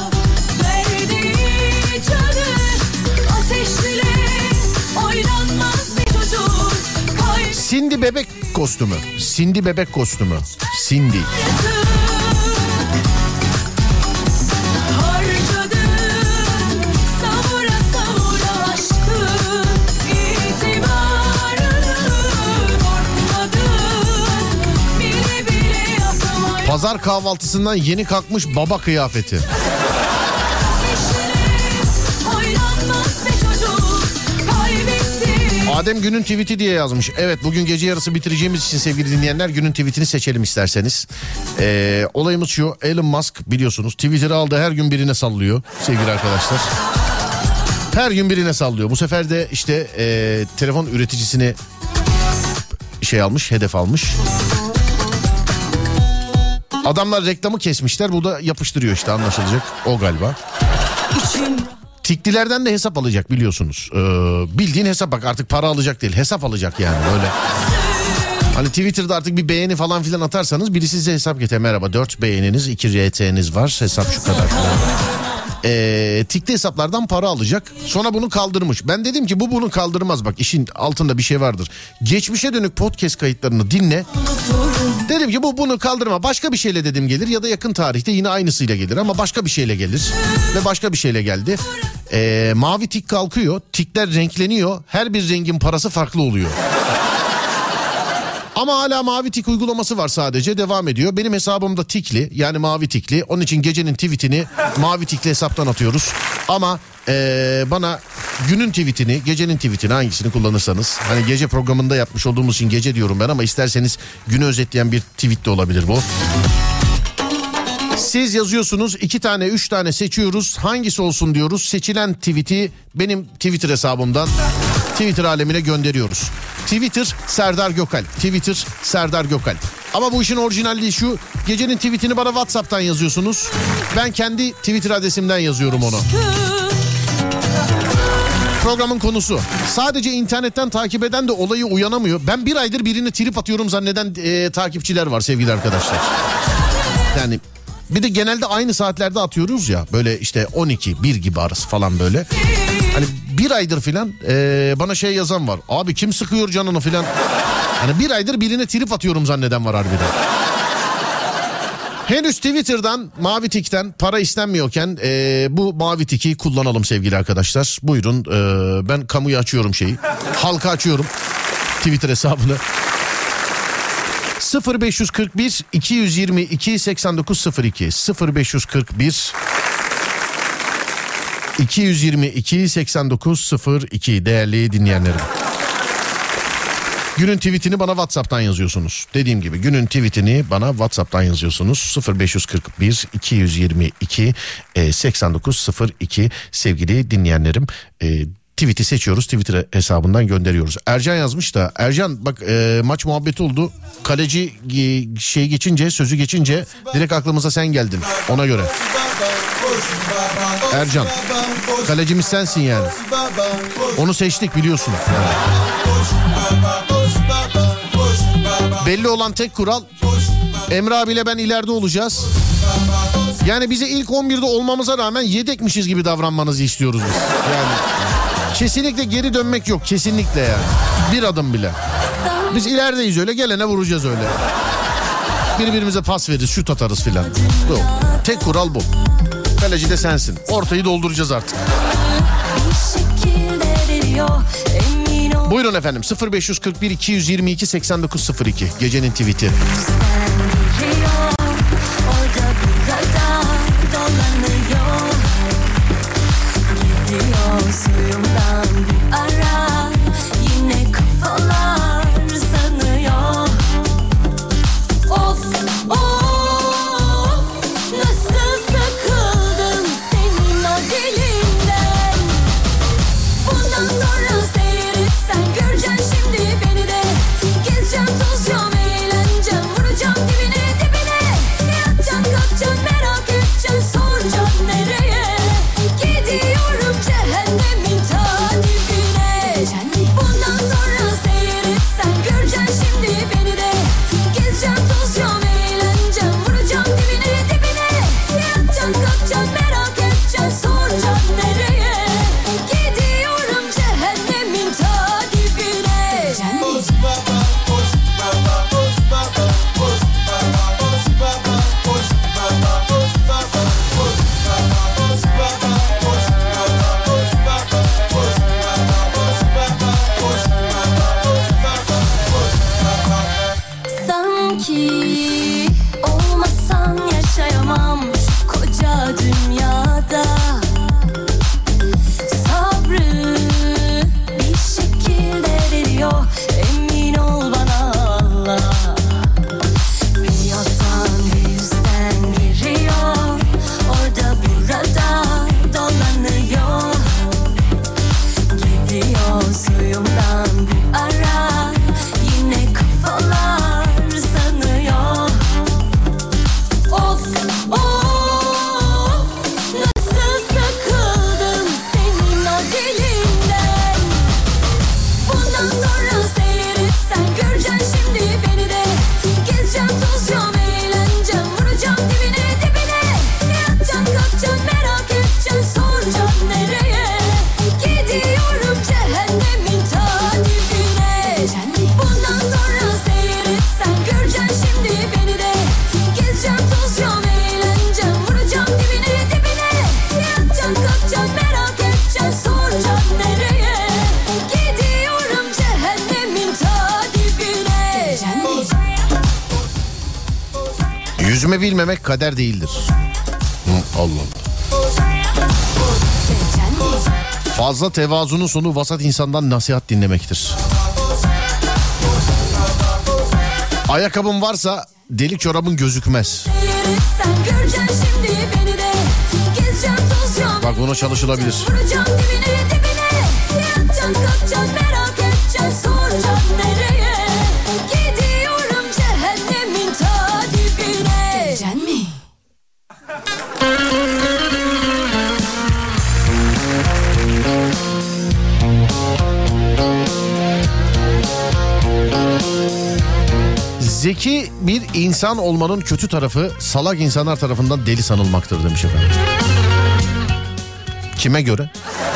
S4: Verdiği canı ateşle oynanmaz bir çocuk. Kay-
S2: Cindy bebek kostümü. Cindy bebek kostümü. Cindy.
S4: Harcadın savura savura aşkı, itibarını korkmadın bile bile yapmaya.
S2: Pazar kahvaltısından yeni kalkmış baba kıyafeti.
S4: Oynanmaz bir çocuk kaybettim.
S2: Adem günün tweet'i diye yazmış. Evet, bugün gece yarısı bitireceğimiz için sevgili dinleyenler günün tweet'ini seçelim isterseniz. Ee, olayımız şu: Elon Musk biliyorsunuz Twitter'ı aldı, her gün birine sallıyor sevgili arkadaşlar. Her gün birine sallıyor. Bu sefer de işte e, telefon üreticisini şey almış, hedef almış. Adamlar reklamı kesmişler, bu da yapıştırıyor işte, anlaşılacak o galiba. Tiklilerden de hesap alacak biliyorsunuz. Ee, bildiğin hesap, bak artık para alacak değil, hesap alacak yani böyle. Hani Twitter'da artık bir beğeni falan filan atarsanız birisi size hesap getiriyor. Merhaba, dört beğeniniz, iki R T'niz var, hesap şu kadar falan. Ee, tikli hesaplardan para alacak. Sonra bunu kaldırmış. Ben dedim ki bu bunu kaldırmaz, bak işin altında bir şey vardır. Geçmişe dönük podcast kayıtlarını dinle. Dedim ki bu bunu kaldırma, başka bir şeyle dedim gelir, ya da yakın tarihte yine aynısıyla gelir, ama başka bir şeyle gelir. Ve başka bir şeyle geldi. Ee, mavi tik kalkıyor, tikler renkleniyor, her bir rengin parası farklı oluyor. Ama hala mavi tik uygulaması var, sadece devam ediyor. Benim hesabımda tikli, yani mavi tikli. Onun için gecenin tweetini mavi tikli hesaptan atıyoruz. Ama ee, bana günün tweetini, gecenin tweetini, hangisini kullanırsanız. Hani gece programında yapmış olduğumuz için gece diyorum ben, ama isterseniz günü özetleyen bir tweet de olabilir bu. Siz yazıyorsunuz, iki tane üç tane seçiyoruz, hangisi olsun diyoruz. Seçilen tweet'i benim Twitter hesabımdan Twitter alemine gönderiyoruz. Twitter Serdar Gökalp. Twitter Serdar Gökalp. Ama bu işin orijinalliği şu: gecenin tweetini bana WhatsApp'tan yazıyorsunuz. Ben kendi Twitter adresimden yazıyorum onu. Programın konusu. Sadece internetten takip eden de olayı uyanamıyor. Ben bir aydır birini trip atıyorum zanneden e, takipçiler var sevgili arkadaşlar. Yani bir de genelde aynı saatlerde atıyoruz ya, böyle işte on iki bir gibi arası falan böyle. Hani bir aydır filan e, bana şey yazan var. Abi kim sıkıyor canını filan. Hani bir aydır birine trip atıyorum zanneden var harbiden. Henüz Twitter'dan, mavi tikten para istenmiyorken e, bu mavi tiki kullanalım sevgili arkadaşlar. Buyurun, e, ben kamuya açıyorum şeyi. Halka açıyorum Twitter hesabını. sıfır beş kırk bir iki yüz yirmi iki seksen dokuz sıfır iki sıfır beş kırk bir iki yüz yirmi iki seksen dokuz sıfır iki değerli dinleyenlerim. Günün tweetini bana WhatsApp'tan yazıyorsunuz. Dediğim gibi günün tweetini bana WhatsApp'tan yazıyorsunuz. sıfır beş kırk bir iki yüz yirmi iki seksen dokuz sıfır iki sevgili dinleyenlerim. E, tweet'i seçiyoruz. Twitter hesabından gönderiyoruz. Ercan yazmış da. Ercan bak e, maç muhabbeti oldu. Kaleci e, şey geçince sözü geçince direkt aklımıza sen geldin. Ona göre. Ercan. Kalecimiz sensin yani. Onu seçtik biliyorsun. Yani. Belli olan tek kural Emre abiyle ben ileride olacağız. Yani bize ilk on birde olmamıza rağmen yedekmişiz gibi davranmanızı istiyoruz biz. Yani kesinlikle geri dönmek yok. Kesinlikle yani. Bir adım bile. Biz ilerideyiz öyle. Gelene vuracağız öyle. Birbirimize pas veririz. Şut atarız filan. Bu. Tek kural bu. Kaleci de sensin. Ortayı dolduracağız artık. Buyurun efendim. sıfır beş kırk bir iki yüz yirmi iki seksen dokuz sıfır iki. Gecenin tweet'i.
S4: Suyumdan bir ara yine kafalar sanıyor. Of of nasıl sıkıldım senin o dilinden. Bundan sonra seyretsen göreceksin şimdi beni de. Gezeceğim tozacağım eğleneceğim vuracağım dibine dibine. Ne yapacaksın kalkacaksın merak edeceksin soracağım nereye. Gidiyorum cehennemin ta dibine. Bundan sonra seyretsen göreceksin şimdi beni de. Gezeceğim tozacağım eğleneceğim vuracağım dibine dibine. Ne yapacaksın kalkacaksın merak edeceksin soracağım nereye. Gidiyorum cehennemin ta dibine. Sanki olmasan yaşayamam şu koca dünyada. Sabrı bir şekilde veriyor emin ol bana Allah. Bir yoldan bir yüzden giriyor orada burada dolanıyor. Gidiyor suyumdan bir ara yine kafalar sanıyor. Of of nasıl sıkıldım senin o dilinden. Bundan sonra seyretsen göreceksin şimdi beni de. Gezeceğim tozacağım eğleneceğim vuracağım dibine dibine. Ne yapacaksın kalkacaksın merak edeceksin soracağım nereye. Gidiyorum cehennemin ta dibine. Bundan sonra seyretsen göreceksin şimdi beni de. Gezeceğim tozacağım eğleneceğim vuracağım dibine dibine. Ne yapacaksın kalkacaksın merak edeceksin soracağım nereye. Gidiyorum cehennemin ta dibine.
S2: Yüzme bilmemek kader değildir. Hı, Allah Allah. Fazla tevazunun sonu vasat insandan nasihat dinlemektir. Ayakkabın varsa delik çorabın gözükmez.
S4: Seyretsen göreceksin şimdi beni de. Gezeceğim tozacağım
S2: Bak buna çalışılabilir.
S4: vuracağım dibine dibine. Ne yapacaksın kalkacaksın merak edeceksin soracağım nereye. Gidiyorum cehennemin ta dibine. Can mi?
S2: Zeki bir insan olmanın kötü tarafı salak insanlar tarafından deli sanılmaktır demiş efendim. Kime göre?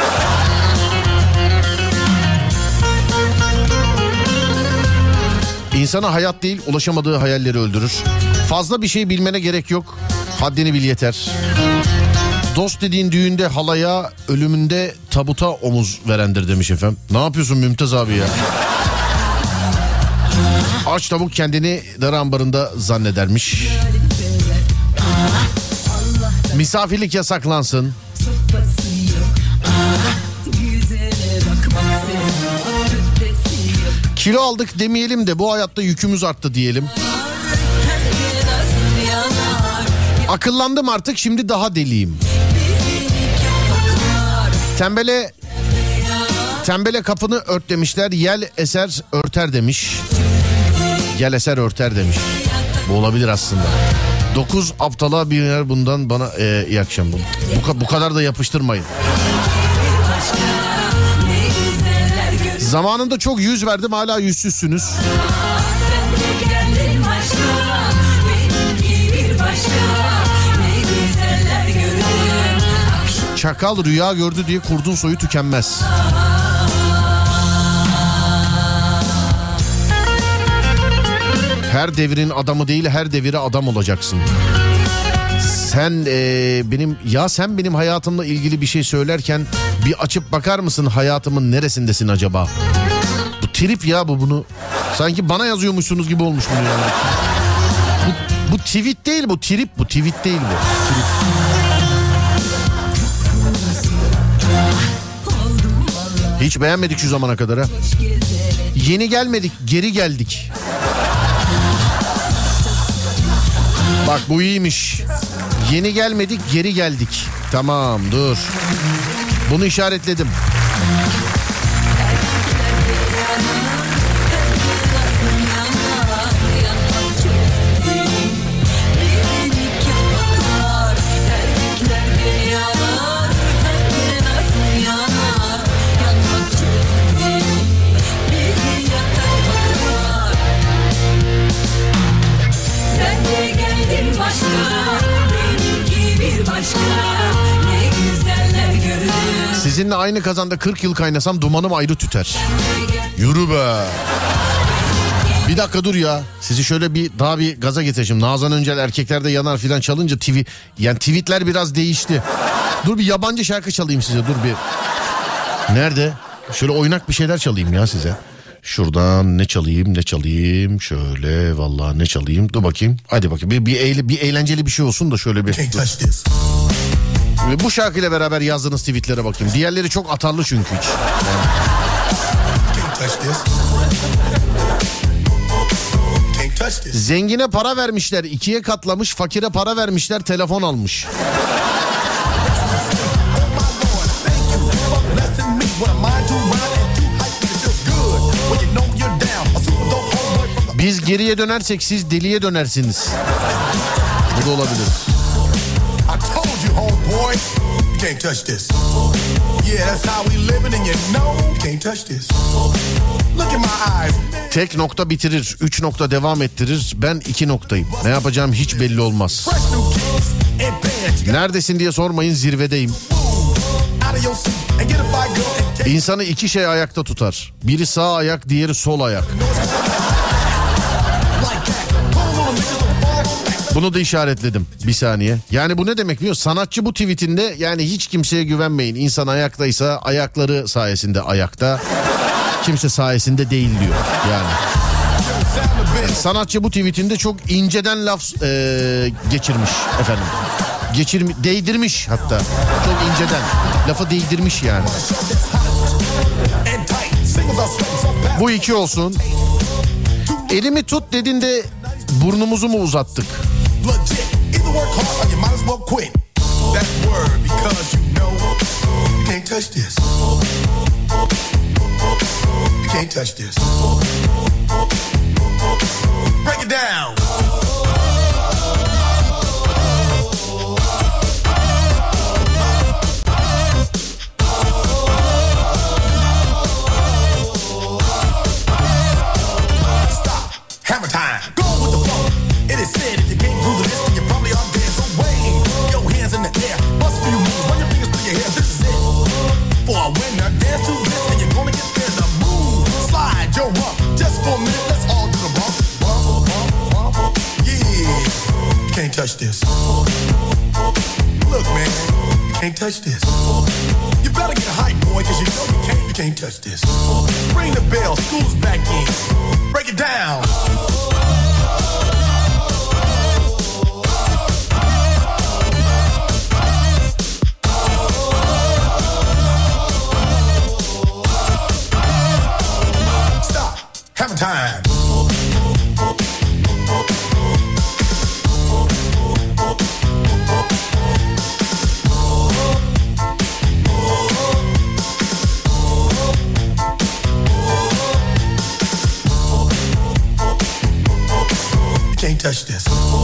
S2: İnsana hayat değil, ulaşamadığı hayalleri öldürür. Fazla bir şey bilmene gerek yok. Haddini bil yeter. Dost dediğin düğünde halaya, ölümünde tabuta omuz verendir demiş efendim. Ne yapıyorsun Mümtaz abi ya? Aç tavuk kendini dar ambarında zannedermiş. Misafirlik yasaklansın. Kilo aldık demeyelim de bu hayatta yükümüz arttı diyelim. Akıllandım artık, şimdi daha deliyim. Tembele Tembele kapını ört demişler. Yel eser örter demiş. Yel eser örter demiş. Bu olabilir aslında. Dokuz aptala bir yer bundan bana e, iyi akşam. Bu, bu, bu kadar da yapıştırmayın. Zamanında çok yüz verdim, hala yüzsüzsünüz. Çakal rüya gördü diye kurdun soyu tükenmez. Her devrin adamı değil, her devire adam olacaksın. Sen e, benim ya sen benim hayatımla ilgili bir şey söylerken bir açıp bakar mısın hayatımın neresindesin acaba? Bu trip ya bu bunu. Sanki bana yazıyormuşsunuz gibi olmuş bunu yani. Bu, bu tweet değil bu, trip bu, tweet değil bu. Trip. Hiç beğenmedik şu zamana kadar ha. Yeni gelmedik, geri geldik. Bak bu iyiymiş. Yeni gelmedik, geri geldik. Tamam, dur. Bunu işaretledim. Sizinle aynı kazanda kırk yıl kaynasam dumanım ayrı tüter. Yürü be. Bir dakika dur ya. Sizi şöyle bir daha bir gaza getireceğim. Nazan Öncel erkeklerde yanar filan çalınca TV, yani tweetler biraz değişti. Dur bir yabancı şarkı çalayım size, dur bir. Nerede? Şöyle oynak bir şeyler çalayım ya size. Şuradan ne çalayım ne çalayım şöyle, vallahi ne çalayım, dur bakayım. Hadi bakayım bir, bir, eğle, bir eğlenceli bir şey olsun da şöyle bir. Bu şarkıyla beraber yazdığınız tweetlere bakayım. Diğerleri çok atarlı çünkü hiç. Yani. Zengine para vermişler, ikiye katlamış, fakire para vermişler, telefon almış. Biz geriye dönersek siz deliye dönersiniz. Bu da olabilir. Tek nokta bitirir, üç nokta devam ettirir. Ben iki noktayım. Ne yapacağım hiç belli olmaz. Neredesin diye sormayın, zirvedeyim. İnsanı iki şey ayakta tutar. Biri sağ ayak, diğeri sol ayak. Bunu da işaretledim bir saniye. Yani bu ne demek biliyor musun? Sanatçı bu tweetinde yani hiç kimseye güvenmeyin. İnsan ayaktaysa ayakları sayesinde ayakta. Kimse sayesinde değil diyor yani. Sanatçı bu tweetinde çok inceden laf e, geçirmiş efendim. Geçirmiş, değdirmiş hatta. Çok inceden. Lafı değdirmiş yani. Bu iki olsun. Elimi tut dediğinde burnumuzu mu uzattık? Break it down. Stop. Hammer time. Go with the flow. It is said if you can't groove this, then you probably are dead. So wave your hands in the air. Bust a few moves. Run your fingers through your hair. This is it. For a winner, dance to this, and you're gonna get there. The move, slide your rump. Just for a minute, let's all do the bump. Can't touch this. Look, man, you can't touch this. You better get hype, boy, cause you know you can't, you can't touch this. Ring the bell, school's back in. Break it down. Stop. Hammer time.
S1: can't touch this.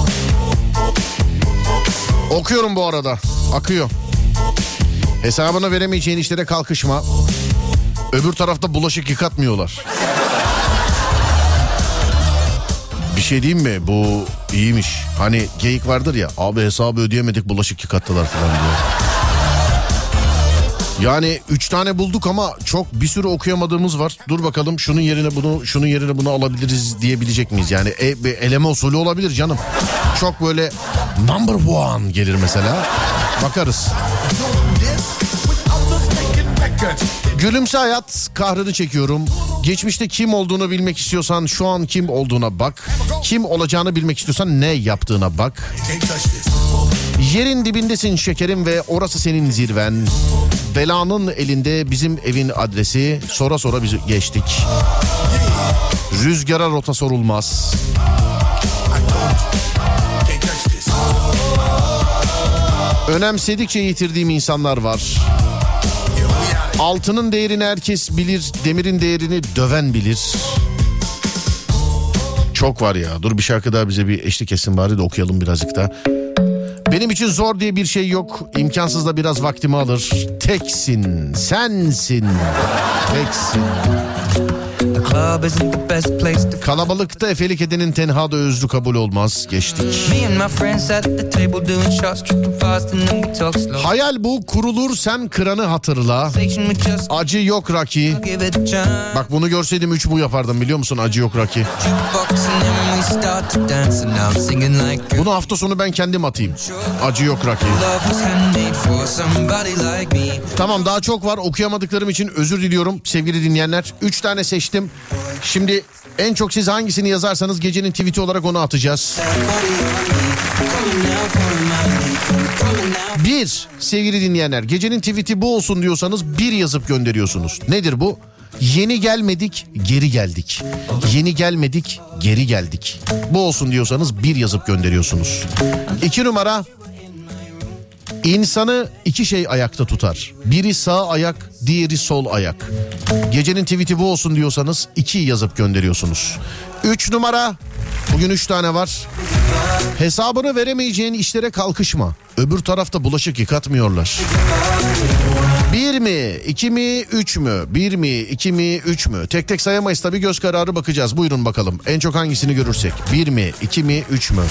S2: Okuyorum bu arada. Akıyor. Hesabına veremeyeceğin işlere kalkışma. Öbür tarafta bulaşık yıkatmıyorlar. Bir şey diyeyim mi? Bu iyiymiş. Hani geyik vardır ya. Abi hesabı ödeyemedik, bulaşık yıkattılar falan diyor. Yani üç tane bulduk ama çok bir sürü okuyamadığımız var. Dur bakalım şunun yerine bunu, şunun yerine bunu alabiliriz diyebilecek miyiz? Yani e, eleme usulü olabilir canım. Çok böyle number one gelir mesela. Bakarız. Gülümse hayat, kahrını çekiyorum. Geçmişte kim olduğunu bilmek istiyorsan şu an kim olduğuna bak. Kim olacağını bilmek istiyorsan ne yaptığına bak. Yerin dibindesin şekerim ve orası senin zirven. Belanın elinde bizim evin adresi. Sonra sonra biz geçtik. Rüzgara rota sorulmaz. Önemsedikçe yitirdiğim insanlar var. Altının değerini herkes bilir, demirin değerini döven bilir. Çok var ya. Dur bir şarkı daha bize bir eşlik etsin bari de okuyalım birazcık da. Benim için zor diye bir şey yok. İmkansız da biraz vaktimi alır. Teksin, sensin, teksin. Kalabalıkta efelik edenin tenhada özrü kabul olmaz. Geçtik. Hayal bu, kurulur sen kıranı hatırla. Acı yok Raki. Bak bunu görseydim üç bu yapardım biliyor musun? Acı yok Raki. Bunu hafta sonu ben kendim atayım. Acı yok Raki. Tamam, daha çok var, okuyamadıklarım için özür diliyorum sevgili dinleyenler. Üç tane seçtim. Şimdi en çok siz hangisini yazarsanız gecenin tweet'i olarak onu atacağız. Bir, sevgili dinleyenler, gecenin tweet'i bu olsun diyorsanız bir yazıp gönderiyorsunuz. Nedir bu? Yeni gelmedik, geri geldik. Yeni gelmedik, geri geldik. Bu olsun diyorsanız bir yazıp gönderiyorsunuz. İki numara, insanı iki şey ayakta tutar. Biri sağ ayak, diğeri sol ayak. Gecenin tweet'i bu olsun diyorsanız iki yazıp gönderiyorsunuz. Üç numara, bugün üç tane var. Hesabını veremeyeceğin işlere kalkışma. Öbür tarafta bulaşık yıkatmıyorlar. Bir mi, iki mi, üç mü? Bir mi, iki mi, üç mü? Tek tek sayamayız tabii, göz kararı bakacağız. Buyurun bakalım. En çok hangisini görürsek? Bir mi, iki mi, üç mü?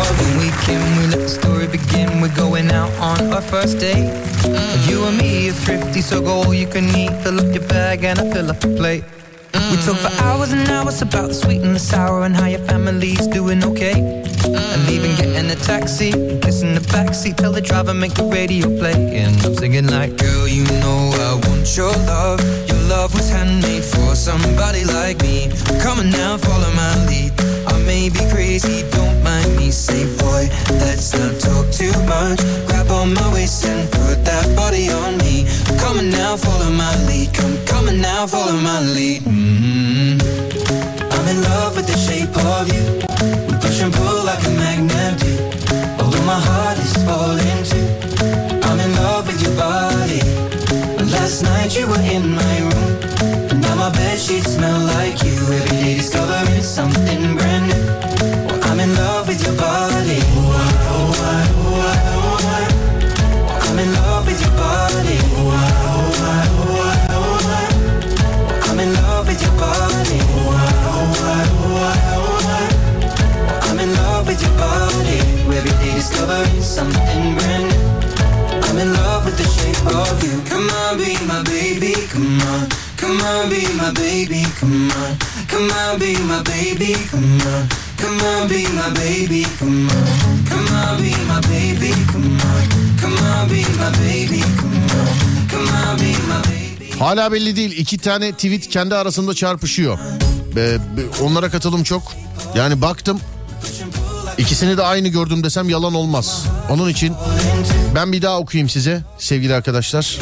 S5: We talk for hours and hours about the sweet and the sour and how your family's doing okay. And even getting a taxi, kissing the backseat, tell the driver make the radio play. And I'm singing like, girl, you know I want your love. Your love was handmade for somebody like me. Come on now, follow my lead. I may be crazy, don't mind me. Say, boy, let's not talk too much. Grab on my waist and put that body on me. Come on now, follow my lead. Come, come on now, follow my lead. Mm-hmm. I'm in love with the shape of you. We push and pull like a magnet do. Although my heart is falling too. I'm in love with your body. Last night you were in my room. And now my bedsheets smell like you. Every day discovering something brand new. Well, I'm in love with your body. Oh, I, oh, I, oh, I, oh, I. I'm in love with your body. Oh, I, oh, I, oh, I, oh, I. I'm in love with your body. Oh, I, oh, I, oh, I, oh, I. I'm in love with your body. Every day discovering something brand new. I'm in love with the shape of you. Come on, be my baby, come on. Come on, be my baby, come on. Come on, be my baby, come on. Come on, be my baby, come on. Come on, be my baby, come on. Come on, be my baby, come on. Come on, be my baby.
S2: Hala belli değil. İki tane tweet kendi arasında çarpışıyor. Ee, onlara katılım çok. Yani baktım. İkisini de aynı gördüm desem yalan olmaz. Onun için ben bir daha okuyayım size sevgili arkadaşlar.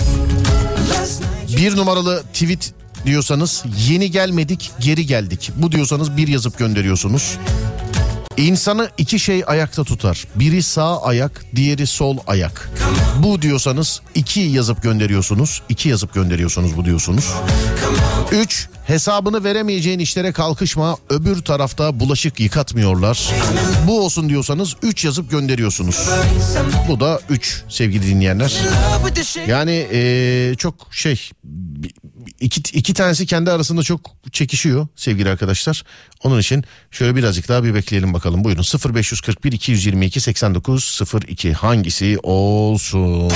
S2: Bir numaralı tweet diyorsanız yeni gelmedik, geri geldik. Bu diyorsanız bir yazıp gönderiyorsunuz. İnsanı iki şey ayakta tutar. Biri sağ ayak, diğeri sol ayak. Bu diyorsanız iki yazıp gönderiyorsunuz. İki yazıp gönderiyorsunuz bu diyorsunuz. Üç, hesabını veremeyeceğin işlere kalkışma, öbür tarafta bulaşık yıkatmıyorlar. Bu olsun diyorsanız üç yazıp gönderiyorsunuz. Bu da üç sevgili dinleyenler. Yani ee, çok şey iki, iki tanesi kendi arasında çok çekişiyor sevgili arkadaşlar. Onun için şöyle birazcık daha bir bekleyelim bakalım. Buyurun sıfır beş kırk bir iki yüz yirmi iki seksen dokuz sıfır iki hangisi olsun?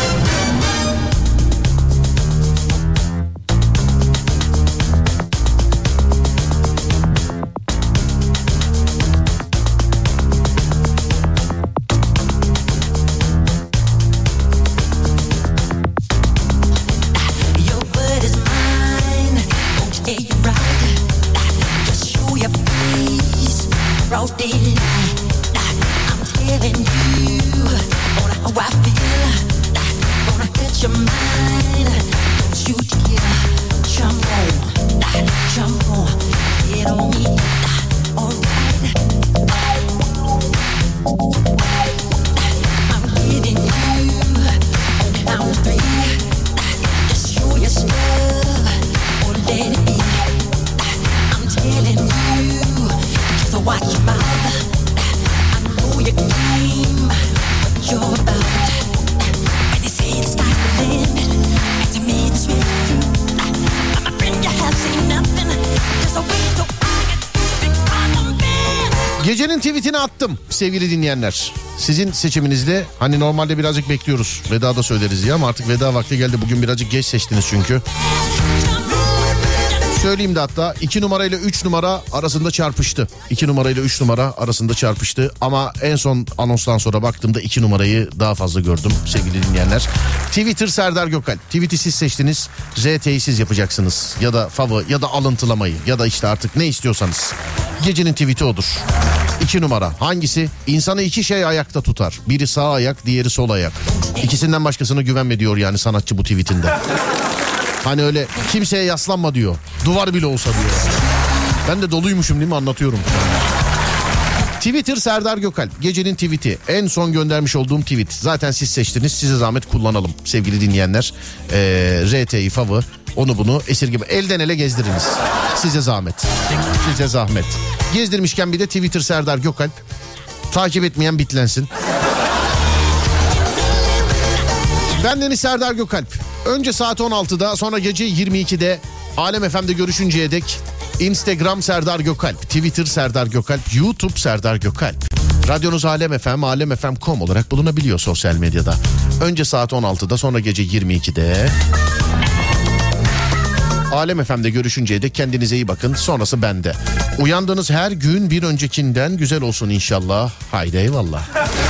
S2: Gecenin tweetini attım sevgili dinleyenler. Sizin seçiminizde hani normalde birazcık bekliyoruz. Veda da söyleriz ya ama artık veda vakti geldi. Bugün birazcık geç seçtiniz çünkü. Söyleyeyim de hatta iki numarayla üç numara arasında çarpıştı. iki numarayla üç numara arasında çarpıştı. Ama en son anonstan sonra baktığımda iki numarayı daha fazla gördüm sevgili dinleyenler. Twitter Serdar Gökalp. Tweet'i siz seçtiniz. R T'yi siz yapacaksınız. Ya da favı ya da alıntılamayı ya da işte artık ne istiyorsanız. Gecenin tweet'i odur. İki numara hangisi? İnsanı iki şey ayakta tutar. Biri sağ ayak, diğeri sol ayak. İkisinden başkasına güvenme diyor yani sanatçı bu tweetinde. Hani öyle kimseye yaslanma diyor. Duvar bile olsa diyor. Ben de doluymuşum değil mi anlatıyorum. Twitter Serdar Gökalp. Gecenin tweet'i. En son göndermiş olduğum tweet. Zaten siz seçtiniz. Size zahmet kullanalım sevgili dinleyenler. Ee, R T'yi favı onu bunu esirgeme. Elden ele gezdiriniz. Size zahmet. Size zahmet. Gezdirmişken bir de Twitter Serdar Gökalp. Takip etmeyen bitlensin. Bendeniz Serdar Gökalp. Önce saat on altıda sonra gece yirmi ikide Alem F M'de görüşünceye dek Instagram Serdar Gökalp, Twitter Serdar Gökalp, YouTube Serdar Gökalp. Radyonuz Alem F M, alem f m nokta com olarak bulunabiliyor sosyal medyada. Önce saat on altıda sonra gece yirmi ikide Alem F M'de görüşünceye dek kendinize iyi bakın. Sonrası bende. Uyandığınız her gün bir öncekinden güzel olsun inşallah. Haydi eyvallah.